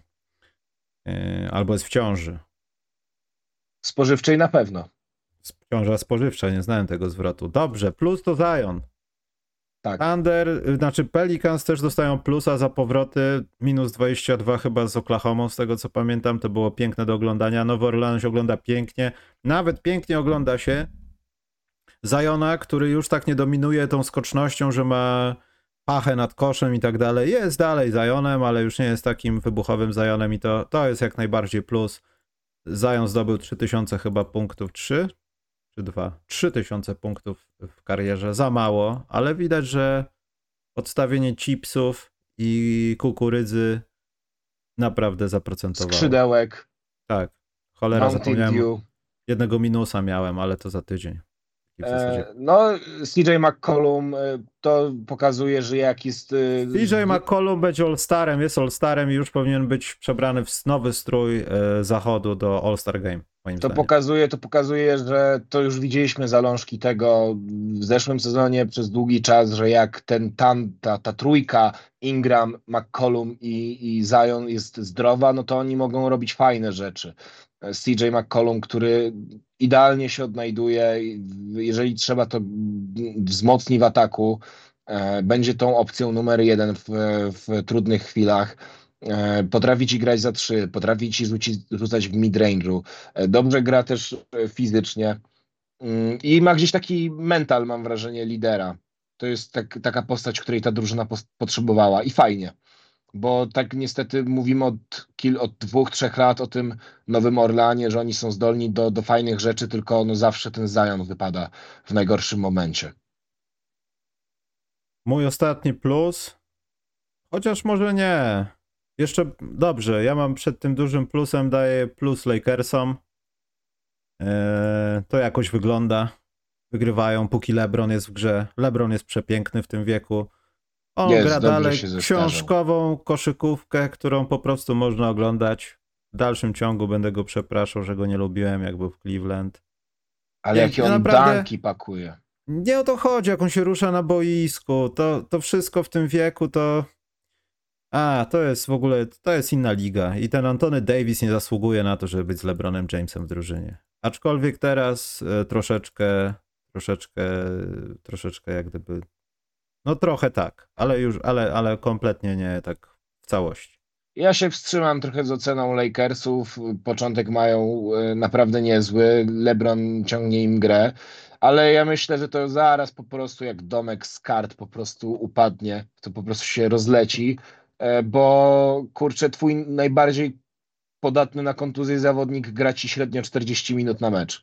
Y, Albo jest w ciąży. Spożywczej na pewno. Ciąża spożywcza, nie znałem tego zwrotu. Dobrze, plus to Zion. Tak. Thunder, y, znaczy Pelicans też dostają plusa za powroty. Minus dwadzieścia dwa chyba z Oklahomą, z tego co pamiętam. To było piękne do oglądania. Nowy Orleans się ogląda pięknie. Nawet pięknie ogląda się Ziona, który już tak nie dominuje tą skocznością, że ma pachę nad koszem i tak dalej. Jest dalej Zionem, ale już nie jest takim wybuchowym Zionem i to, to jest jak najbardziej plus. Zion zdobył trzy tysiące chyba punktów, trzy czy dwa? trzy tysiące punktów w karierze, za mało, ale widać, że odstawienie chipsów i kukurydzy naprawdę zaprocentowało. Skrzydełek, Tak, cholera, Mountain zapomniałem. Dew. Jednego minusa miałem, ale to za tydzień. I w zasadzie E, no, C J McCollum e, to pokazuje, że jak jest... e, T J McCollum będzie All-Starem, jest All-Starem i już powinien być przebrany w nowy strój e, zachodu do All-Star Game, moim To zdaniem. pokazuje, to pokazuje, że to już widzieliśmy zalążki tego w zeszłym sezonie przez długi czas, że jak ten tam, ta, ta trójka Ingram, McCollum i, i Zion jest zdrowa, no to oni mogą robić fajne rzeczy. C J McCollum, który idealnie się odnajduje, jeżeli trzeba, to wzmocni w ataku, e, będzie tą opcją numer jeden w, w trudnych chwilach. E, Potrafi ci grać za trzy, potrafi ci rzucić, rzucać w mid-range'u. E, Dobrze gra też e, fizycznie. Mm, I ma gdzieś taki mental, mam wrażenie, lidera. To jest tak, taka postać, której ta drużyna pos- potrzebowała i fajnie. Bo tak niestety mówimy od, kil, od dwóch, trzech lat o tym Nowym Orleanie, że oni są zdolni do, do fajnych rzeczy, tylko no zawsze ten Zion wypada w najgorszym momencie. Mój ostatni plus, chociaż może nie. Jeszcze dobrze, ja mam przed tym dużym plusem, daję plus Lakersom. Eee, to jakoś wygląda. Wygrywają, póki LeBron jest w grze. LeBron jest przepiękny w tym wieku. On Jest, gra dobrze dalej się zestarzał. książkową koszykówkę, którą po prostu można oglądać. W dalszym ciągu będę go przepraszał, że go nie lubiłem, jak był w Cleveland. Ale Nie, jakie on naprawdę- danki pakuje. Nie o to chodzi, jak on się rusza na boisku. To, to wszystko w tym wieku to... A, to jest w ogóle, to jest inna liga. I ten Anthony Davis nie zasługuje na to, żeby być z LeBronem Jamesem w drużynie. Aczkolwiek teraz e, troszeczkę, troszeczkę, troszeczkę jak gdyby... No trochę tak, ale już, ale, ale kompletnie nie tak w całości. Ja się wstrzymam trochę z oceną Lakersów. Początek mają e, naprawdę niezły. LeBron ciągnie im grę, ale ja myślę, że to zaraz po prostu jak domek z kart po prostu upadnie, to po prostu się rozleci, e, bo kurczę, twój najbardziej podatny na kontuzję zawodnik gra ci średnio czterdzieści minut na mecz.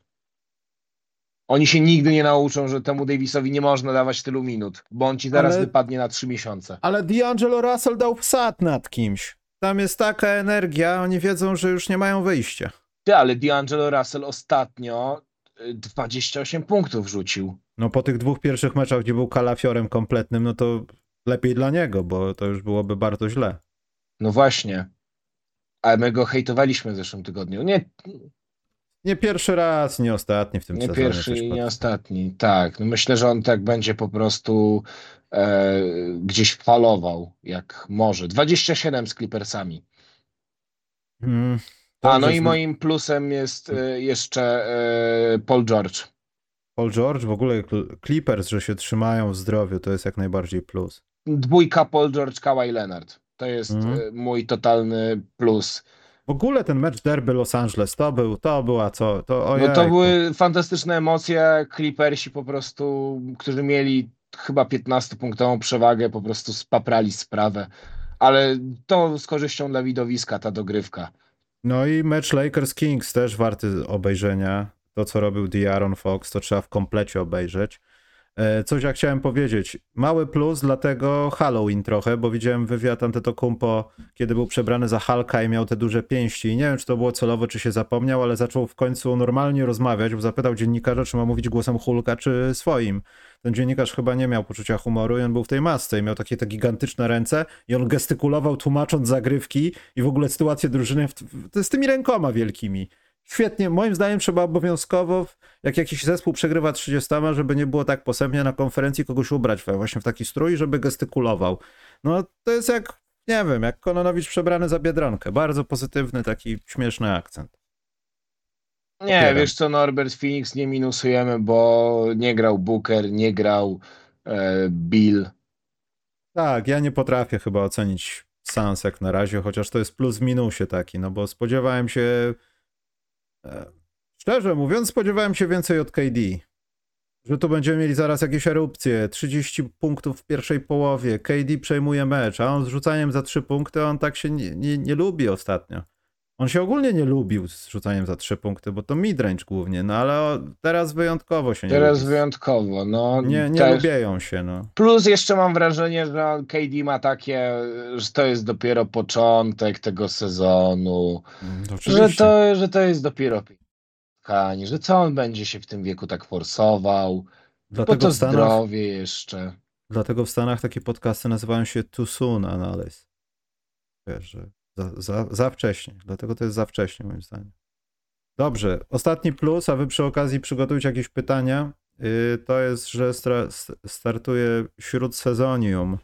Oni się nigdy nie nauczą, że temu Davisowi nie można dawać tylu minut, bo on ci zaraz Ale- wypadnie na trzy miesiące. Ale D'Angelo Russell dał wsad nad kimś. Tam jest taka energia, oni wiedzą, że już nie mają wyjścia. Ty, ale D'Angelo Russell ostatnio y, dwadzieścia osiem punktów rzucił. No po tych dwóch pierwszych meczach, gdzie był kalafiorem kompletnym, no to lepiej dla niego, bo to już byłoby bardzo źle. No właśnie. A my go hejtowaliśmy w zeszłym tygodniu. Nie, Nie pierwszy raz, nie ostatni w tym nie sezonie. pierwszy coś i pod- nie ostatni. Tak, no myślę, że on tak będzie po prostu e, gdzieś falował, jak może. dwadzieścia siedem z Clippersami. Mm, A dobrze, no i zna- moim plusem jest e, jeszcze e, Paul George. Paul George, w ogóle Cl- Clippers, że się trzymają w zdrowiu, to jest jak najbardziej plus. Dwójka Paul George, Kawhi Leonard. To jest Mhm. e, mój totalny plus. W ogóle ten mecz derby Los Angeles, to był, to była co, to No ojejku. to były fantastyczne emocje. Clippersi po prostu, którzy mieli chyba piętnastopunktową przewagę, po prostu spaprali sprawę. Ale to z korzyścią dla widowiska, ta dogrywka. No i mecz Lakers-Kings też warty obejrzenia. To, co robił De'Aaron Fox, to trzeba w komplecie obejrzeć. E, Coś ja chciałem powiedzieć. Mały plus, dlatego Halloween trochę, bo widziałem wywiad Antetokounmpo, kiedy był przebrany za Hulka i miał te duże pięści. I nie wiem, czy to było celowo, czy się zapomniał, ale zaczął w końcu normalnie rozmawiać, bo zapytał dziennikarza, czy ma mówić głosem Hulka, czy swoim. Ten dziennikarz chyba nie miał poczucia humoru i on był w tej masce i miał takie te gigantyczne ręce i on gestykulował, tłumacząc zagrywki i w ogóle sytuację drużyny w, w, z tymi rękoma wielkimi. Świetnie, moim zdaniem trzeba obowiązkowo, jak jakiś zespół przegrywa trzydziestoma, żeby nie było tak posępnie na konferencji kogoś ubrać właśnie w taki strój, żeby gestykulował. No to jest jak, nie wiem, jak Kononowicz przebrany za Biedronkę. Bardzo pozytywny, taki śmieszny akcent. Nie, Popieram. wiesz co, Norbert Phoenix nie minusujemy, bo nie grał Booker, nie grał e, Bill. Tak, ja nie potrafię chyba ocenić Suns jak na razie, chociaż to jest plus w minusie taki, no bo spodziewałem się, e, szczerze mówiąc, spodziewałem się więcej od K D. Że tu będziemy mieli zaraz jakieś erupcje, trzydzieści punktów w pierwszej połowie, K D przejmuje mecz, a on z rzucaniem za trzy punkty, on tak się nie, nie, nie lubi ostatnio. On się ogólnie nie lubił z rzucaniem za trzy punkty, bo to midrange głównie, no ale o, teraz wyjątkowo się nie Teraz lubi. wyjątkowo, no. Nie, nie też. lubieją się, no. Plus jeszcze mam wrażenie, że K D ma takie, że to jest dopiero początek tego sezonu, Mm, że Oczywiście. to, że to jest dopiero spotkanie, że co on będzie się w tym wieku tak forsował, bo Dlatego to w Stanach, zdrowie jeszcze. dlatego w Stanach takie podcasty nazywają się Too Soon Analyze. Wiesz, że za, za, za wcześnie. Dlatego to jest za wcześnie, moim zdaniem. Dobrze, ostatni plus, a wy przy okazji przygotujcie jakieś pytania. Yy, to jest, że stra- startuje śródsezonium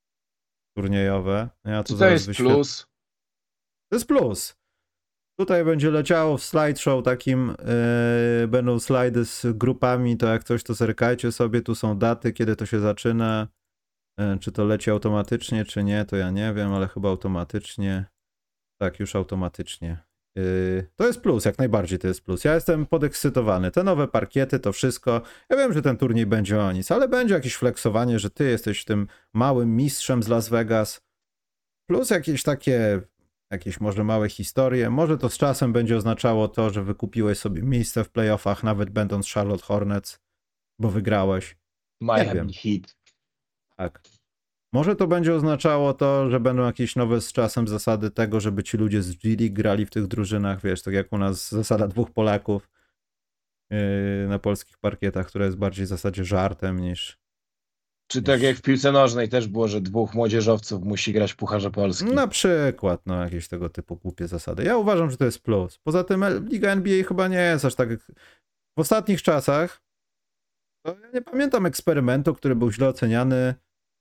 turniejowe. Ja tu Czy to zaraz jest wyświet- plus? To jest plus. Tutaj będzie leciało w slideshow takim, yy, będą slajdy z grupami, to jak coś to zerkajcie sobie, tu są daty, kiedy to się zaczyna. Yy, czy to leci automatycznie, czy nie, to ja nie wiem, ale chyba automatycznie. Tak, już automatycznie. Yy, to jest plus, jak najbardziej to jest plus. Ja jestem podekscytowany. Te nowe parkiety, to wszystko. Ja wiem, że ten turniej będzie o nic, ale będzie jakieś flexowanie, że ty jesteś tym małym mistrzem z Las Vegas. Plus jakieś takie, jakieś może małe historie. Może to z czasem będzie oznaczało to, że wykupiłeś sobie miejsce w playoffach, nawet będąc Charlotte Hornets, bo wygrałeś. Miami wiem. Heat. Tak. Może to będzie oznaczało to, że będą jakieś nowe z czasem zasady tego, żeby ci ludzie z G League grali w tych drużynach, wiesz, tak jak u nas zasada dwóch Polaków yy, na polskich parkietach, która jest bardziej w zasadzie żartem niż... Czy niż... tak jak w piłce nożnej też było, że dwóch młodzieżowców musi grać w Pucharze Polski? Na przykład, no jakieś tego typu głupie zasady. Ja uważam, że to jest plus. Poza tym Liga N B A chyba nie jest aż tak... W ostatnich czasach to ja nie pamiętam eksperymentu, który był źle oceniany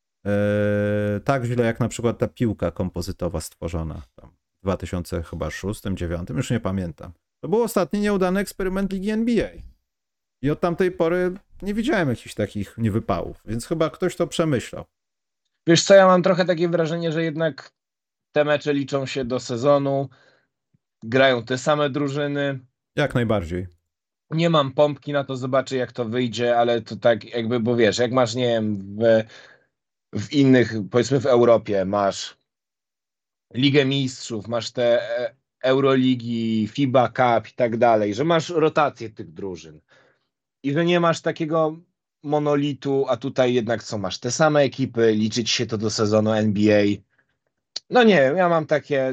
Eee, tak źle jak na przykład ta piłka kompozytowa stworzona tam w dwa tysiące szóstym, dwa tysiące dziewiątym, już nie pamiętam. To był ostatni nieudany eksperyment Ligi N B A. I od tamtej pory nie widziałem jakichś takich niewypałów, więc chyba ktoś to przemyślał. Wiesz co, ja mam trochę takie wrażenie, że jednak te mecze liczą się do sezonu, grają te same drużyny. Jak najbardziej. Nie mam pompki na to, zobaczę jak to wyjdzie, ale to tak jakby, bo wiesz, jak masz, nie wiem, w, w innych, powiedzmy w Europie, masz Ligę Mistrzów, masz te e, Euroligi, FIBA Cup i tak dalej, że masz rotację tych drużyn i że nie masz takiego monolitu, a tutaj jednak co masz? Te same ekipy, liczyć się to do sezonu N B A. No nie wiem, ja mam takie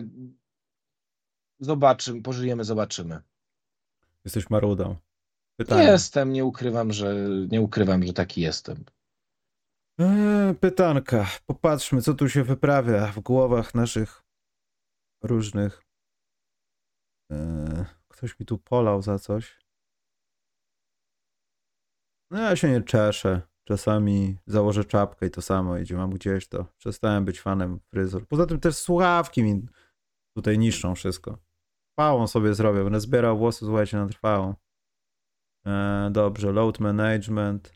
zobaczymy, pożyjemy, zobaczymy. Jesteś marudą. Nie Pytanie. jestem, nie ukrywam, że nie ukrywam, że taki jestem. Eee, pytanka. Popatrzmy, co tu się wyprawia w głowach naszych różnych. Eee, ktoś mi tu polał za coś. No ja się nie czeszę. Czasami założę czapkę i to samo idzie. Mam gdzieś to. Przestałem być fanem fryzur. Poza tym też słuchawki mi tutaj niszczą wszystko. Trwałą sobie zrobię. Będę zbierał włosy, słuchajcie, na trwałą. Eee, dobrze. Load management.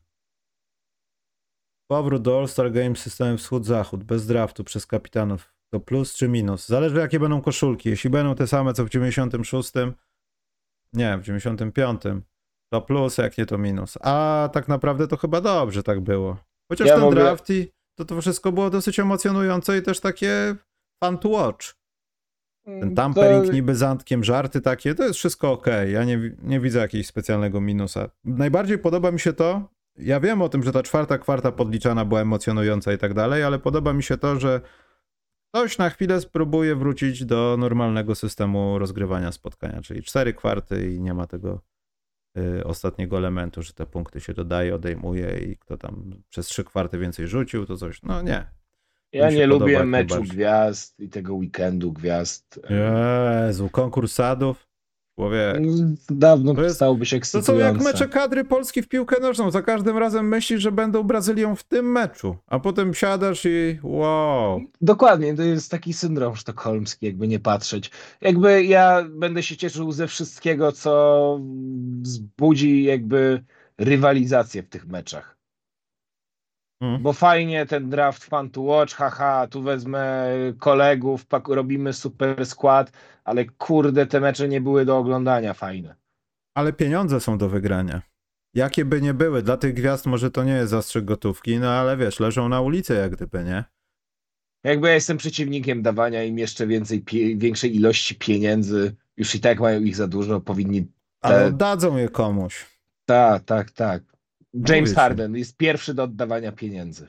Powrót do All-Star Games systemem wschód-zachód. Bez draftu przez kapitanów. To plus czy minus? Zależy jakie będą koszulki. Jeśli będą te same co w dziewięćdziesiątym szóstym. Nie, w dziewięćdziesiątym piątym. To plus, jak nie to minus. A tak naprawdę to chyba dobrze tak było. Chociaż Ja ten w ogóle- draft i to, to wszystko było dosyć emocjonujące i też takie fun to watch. Ten tampering To- niby z Antkiem, żarty takie, to jest wszystko okej. Ja nie, wi- nie widzę jakiegoś specjalnego minusa. Najbardziej podoba mi się to, ja wiem o tym, że ta czwarta kwarta podliczana była emocjonująca i tak dalej, ale podoba mi się to, że ktoś na chwilę spróbuje wrócić do normalnego systemu rozgrywania spotkania, czyli cztery kwarty i nie ma tego y, ostatniego elementu, że te punkty się dodaje, odejmuje i kto tam przez trzy kwarty więcej rzucił, to coś, no nie. To Ja mi się nie podoba lubię jak meczu najbardziej. gwiazd i tego weekendu gwiazd. Jezu, konkurs sadów, człowiek. Dawno To jest, stałoby być to są jak ekscytujące. mecze kadry Polski w piłkę nożną. Za każdym razem myślisz, że będą Brazylią w tym meczu, a potem siadasz i wow. Dokładnie, to jest taki syndrom sztokholmski, jakby nie patrzeć. Jakby ja będę się cieszył ze wszystkiego, co wzbudzi jakby rywalizację w tych meczach. Mm. Bo fajnie ten draft fun to watch, haha, tu wezmę kolegów, pak- robimy super skład, ale kurde, te mecze nie były do oglądania fajne. Ale pieniądze są do wygrania. Jakie by nie były, dla tych gwiazd może to nie jest zastrzyk gotówki, no ale wiesz, leżą na ulicy jak gdyby, nie? Jakby ja jestem przeciwnikiem dawania im jeszcze więcej, pie- większej ilości pieniędzy, już i tak mają ich za dużo, powinni Ale te... oddadzą je komuś. Tak, tak, tak. No James mówię ci. Harden jest pierwszy do oddawania pieniędzy.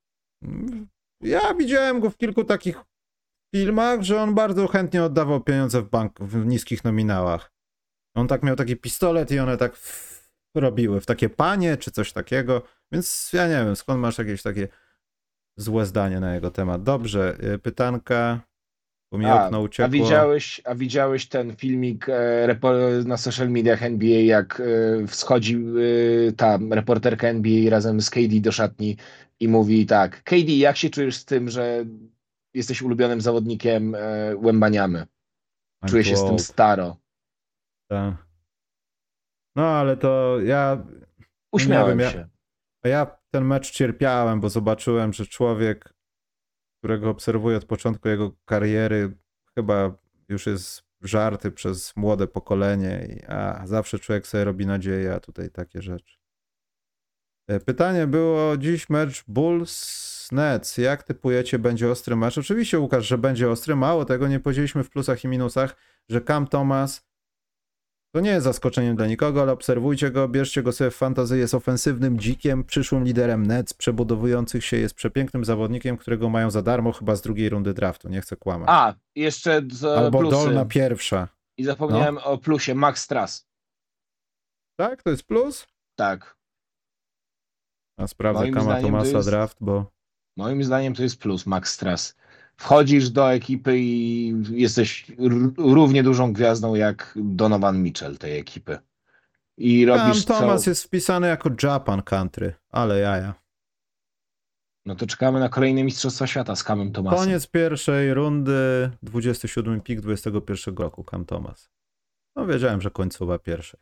Ja widziałem go w kilku takich filmach, że on bardzo chętnie oddawał pieniądze w bank w niskich nominałach. On tak miał taki pistolet i one tak f- robiły w takie panie czy coś takiego, więc ja nie wiem, skąd masz jakieś takie złe zdanie na jego temat. Dobrze, y, pytanka, bo mi A, okno a uciekło. widziałeś, a widziałeś ten filmik e, repo- na social mediach N B A, jak e, wschodzi e, ta reporterka N B A razem z K D do szatni i mówi tak: K D, jak się czujesz z tym, że jesteś ulubionym zawodnikiem e, Wembaniamy? I'm Czuję too się z tym old. staro. Tak. No ale to ja, no nie wiem, Uśmiałem ja, się. ja ten mecz cierpiałem, bo zobaczyłem, że człowiek, którego obserwuję od początku jego kariery, chyba już jest żarty przez młode pokolenie i a, zawsze człowiek sobie robi nadzieję, a tutaj takie rzeczy. E, Pytanie było dziś mecz Bulls-Nets. Jak typujecie, będzie ostry mecz? Oczywiście, Łukasz, że będzie ostry. Mało tego, nie powiedzieliśmy w plusach i minusach, że Cam Thomas to nie jest zaskoczeniem dla nikogo, ale obserwujcie go, bierzcie go sobie w fantazję, jest ofensywnym dzikiem, przyszłym liderem Nets, przebudowujących się, jest przepięknym zawodnikiem, którego mają za darmo chyba z drugiej rundy draftu, nie chcę kłamać. A, jeszcze z, Albo plusy. dolna pierwsza. I zapomniałem No. o plusie. Max Strass. Tak, to jest plus? Tak. A sprawdzę Moim Kama zdaniem to Thomasa jest- draft, bo Moim zdaniem to jest plus, Max Strass. Wchodzisz do ekipy i jesteś r- równie dużą gwiazdą jak Donovan Mitchell tej ekipy. I Cam robisz co... Thomas jest wpisany jako Japan Country, ale jaja. No to czekamy na kolejne Mistrzostwa Świata z Camem Thomasem. Koniec pierwszej rundy, dwudziesty siódmy pik dwudziestego pierwszego roku, Cam Thomas. No wiedziałem, że końcowa pierwszej.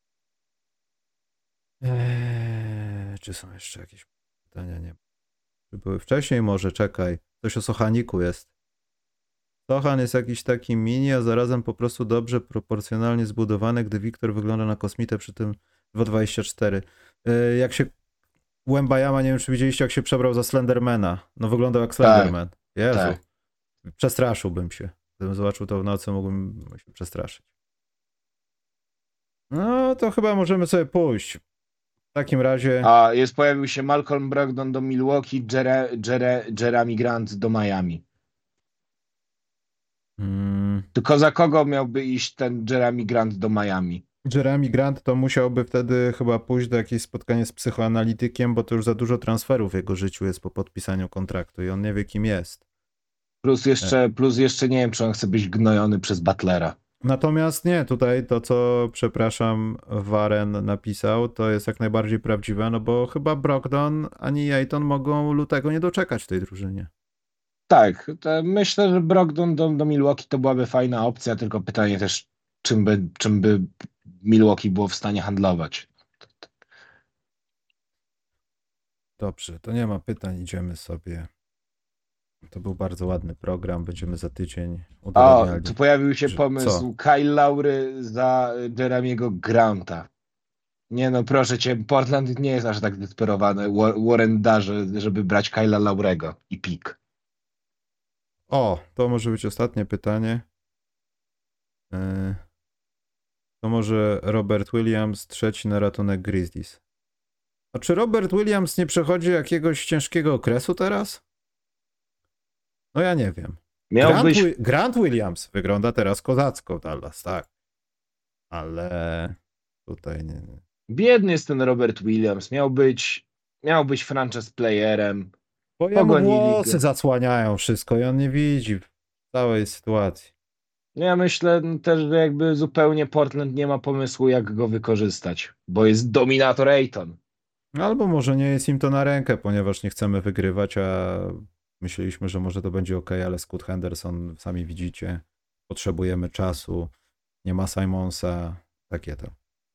Eee, czy są jeszcze jakieś pytania? Nie. Czy były wcześniej? Może, czekaj. Coś o Sochaniku jest. Sochan jest jakiś taki mini, a zarazem po prostu dobrze proporcjonalnie zbudowany, gdy Wiktor wygląda na kosmitę przy tym dwa dwadzieścia cztery. Eee, jak się Wembanyama, nie wiem czy widzieliście, jak się przebrał za Slendermana. No wyglądał jak Slenderman. Jezu. tak. Przestraszyłbym się. Gdybym zobaczył to w nocy, mógłbym się przestraszyć. No to chyba możemy sobie pójść. W takim razie... A jest, pojawił się Malcolm Brogdon do Milwaukee, Jere, Jere, Jeremy Grant do Miami. Mm, Tylko za kogo miałby iść ten Jeremy Grant do Miami? Jeremy Grant to musiałby wtedy chyba pójść do jakiegoś spotkania z psychoanalitykiem, bo to już za dużo transferów w jego życiu jest po podpisaniu kontraktu i on nie wie, kim jest. Plus jeszcze, plus jeszcze nie wiem, czy on chce być gnojony przez Butlera. Natomiast nie, tutaj to, co, przepraszam, Warren napisał, to jest jak najbardziej prawdziwe, no bo chyba Brogdon ani Ayton mogą lutego nie doczekać w tej drużynie. Tak, to myślę, że Brogdon do, do Milwaukee to byłaby fajna opcja, tylko pytanie też, czym by, czym by Milwaukee było w stanie handlować. Dobrze, to nie ma pytań, idziemy sobie. To był bardzo ładny program, będziemy za tydzień O, udowadniali. tu pojawił się Że- pomysł Kyle Lowry za Jeremiego Granta. Nie no, proszę cię, Portland nie jest aż tak desperowany. Wa- Warren darzy, żeby brać Kyla Laurego i pik. O, to może być ostatnie pytanie. Yy, To może Robert Williams, trzeci na ratunek Grizzlies. A czy Robert Williams nie przechodzi jakiegoś ciężkiego okresu teraz? No ja nie wiem. Miał Grant, być, Wi- Grant Williams wygląda teraz kozacko w Dallas, tak. Ale tutaj nie. nie. biedny jest ten Robert Williams, miał być, miał być franchise playerem, Bo jemu pogonili włosy go. zasłaniają wszystko i on nie widzi całej sytuacji. No ja myślę też, że jakby zupełnie Portland nie ma pomysłu, jak go wykorzystać, bo jest dominator Ayton. Albo może nie jest im to na rękę, ponieważ nie chcemy wygrywać, a myśleliśmy, że może to będzie ok, ale Scoot Henderson, sami widzicie, potrzebujemy czasu, nie ma Simonsa, takie to.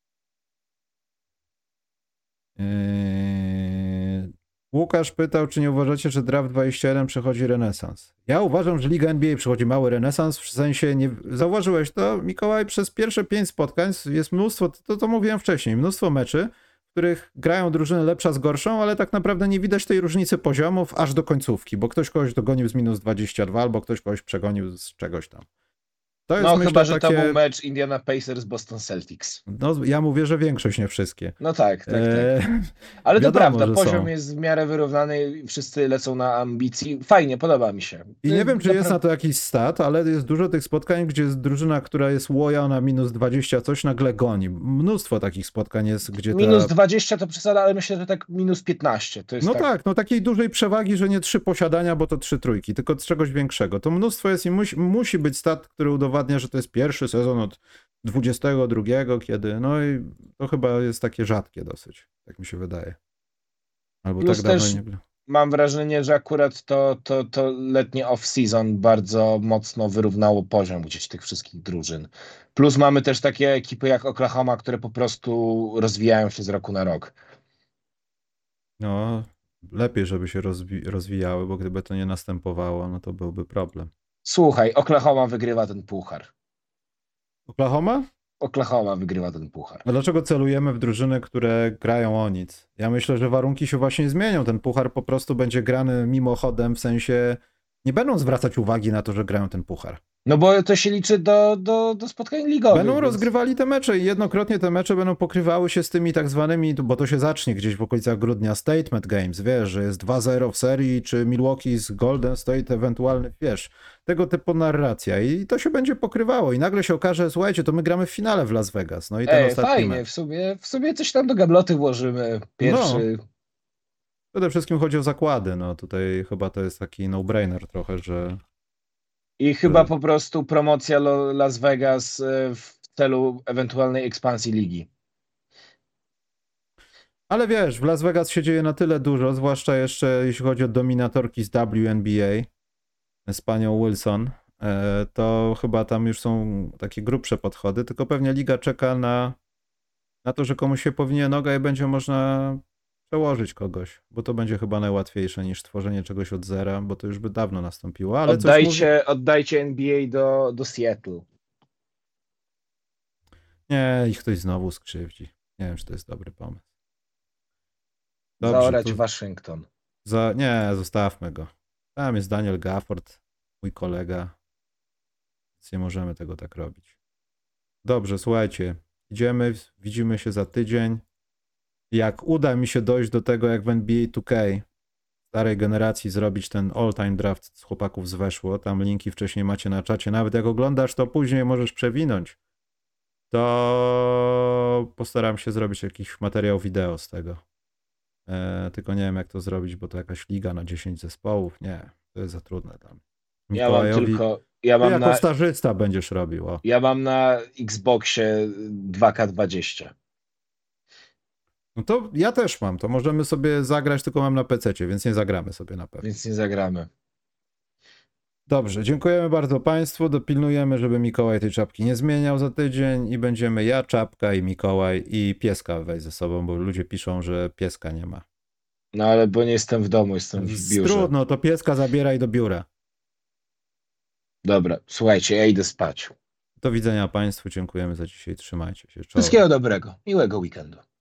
Yy... Łukasz pytał, czy nie uważacie, że Draft dwadzieścia jeden przechodzi renesans. Ja uważam, że Liga N B A przechodzi mały renesans, w sensie, nie... zauważyłeś to, Mikołaj, przez pierwsze pięć spotkań jest mnóstwo, to to mówiłem wcześniej, mnóstwo meczy, w których grają drużyny lepsza z gorszą, ale tak naprawdę nie widać tej różnicy poziomów aż do końcówki, bo ktoś kogoś dogonił z minus dwadzieścia dwa, albo ktoś kogoś przegonił z czegoś tam. To jest, No myślę, chyba, że takie... to był mecz Indiana Pacers Boston Celtics. No, ja mówię, że większość, nie wszystkie. No tak, tak, tak. Eee, Ale to wiadomo, prawda, że poziom są. jest w miarę wyrównany, wszyscy lecą na ambicji. Fajnie, podoba mi się. I nie wiem, czy jest Zapra- na to jakiś stat, ale jest dużo tych spotkań, gdzie jest drużyna, która jest łoja na minus dwadzieścia coś, nagle goni. Mnóstwo takich spotkań jest, gdzie ta... Minus dwadzieścia to przesada, ale myślę, że tak minus piętnaście. To jest No tak. tak, no takiej dużej przewagi, że nie trzy posiadania, bo to trzy trójki, tylko czegoś większego. To mnóstwo jest i musi, musi być stat, który udowadnia, że to jest pierwszy sezon od dwudziestego drugiego, kiedy... No i to chyba jest takie rzadkie dosyć, tak mi się wydaje. Albo Plus tak dawno też nie było. mam wrażenie, że akurat to, to, to letnie off-season bardzo mocno wyrównało poziom gdzieś tych wszystkich drużyn. Plus mamy też takie ekipy jak Oklahoma, które po prostu rozwijają się z roku na rok. No, lepiej, żeby się rozwi rozwijały, bo gdyby to nie następowało, no to byłby problem. Słuchaj, Oklahoma wygrywa ten puchar. Oklahoma? Oklahoma wygrywa ten puchar. No dlaczego celujemy w drużyny, które grają o nic? Ja myślę, że warunki się właśnie zmienią. Ten puchar po prostu będzie grany mimochodem, w sensie nie będą zwracać uwagi na to, że grają ten puchar. No bo to się liczy do, do, do spotkań ligowych. Będą więc... rozgrywali te mecze i jednokrotnie te mecze będą pokrywały się z tymi tak zwanymi, bo to się zacznie gdzieś w okolicach grudnia, statement games, wiesz, że jest dwa zero w serii, czy Milwaukee z Golden State ewentualny, wiesz, tego typu narracja i to się będzie pokrywało i nagle się okaże, słuchajcie, to my gramy w finale w Las Vegas, no i ten Ej, ostatni fajnie, mecz. w sumie, w sumie coś tam do gabloty włożymy. Pierwszy... No. Przede wszystkim chodzi o zakłady, no tutaj chyba to jest taki no-brainer trochę, że... I chyba po prostu promocja Lo- Las Vegas e, w celu ewentualnej ekspansji ligi. Ale wiesz, w Las Vegas się dzieje na tyle dużo, zwłaszcza jeszcze jeśli chodzi o dominatorki z W N B A, z panią Wilson, e, to chyba tam już są takie grubsze podchody, tylko pewnie liga czeka na, na to, że komuś się powinie noga i będzie można przełożyć kogoś, bo to będzie chyba najłatwiejsze niż tworzenie czegoś od zera, bo to już by dawno nastąpiło. Ale coś mówi... Oddajcie, oddajcie N B A do, do Seattle. Nie, ich ktoś znowu skrzywdzi. Nie wiem, czy to jest dobry pomysł. Dobrze, Zaorać to Waszyngton. za... Nie, zostawmy go. Tam jest Daniel Gafford, mój kolega. Więc nie możemy tego tak robić. Dobrze, słuchajcie. Idziemy, widzimy się za tydzień. Jak uda mi się dojść do tego, jak w N B A two K starej generacji zrobić ten all-time draft z chłopaków z Weszło, tam linki wcześniej macie na czacie, nawet jak oglądasz, to później możesz przewinąć, to postaram się zrobić jakiś materiał wideo z tego. E, tylko nie wiem, jak to zrobić, bo to jakaś liga na dziesięć zespołów. Nie, to jest za trudne tam. Ja mam Mikołajowi- tylko. Ja Ty mam, jako na, stażysta będziesz robił. O. ja mam na Xboxie dwa K dwadzieścia. No to ja też mam, to możemy sobie zagrać, tylko mam na pececie, więc nie zagramy sobie na pewno. Więc nie zagramy. Dobrze, dziękujemy bardzo Państwu, dopilnujemy, żeby Mikołaj tej czapki nie zmieniał za tydzień i będziemy ja, czapka i Mikołaj i pieska wejść ze sobą, bo ludzie piszą, że pieska nie ma. No ale bo nie jestem w domu, jestem w biurze. Trudno, to pieska zabieraj do biura. Dobra, słuchajcie, ja idę spać. Do widzenia Państwu, dziękujemy za dzisiaj, trzymajcie się. Czołem. Wszystkiego dobrego, miłego weekendu.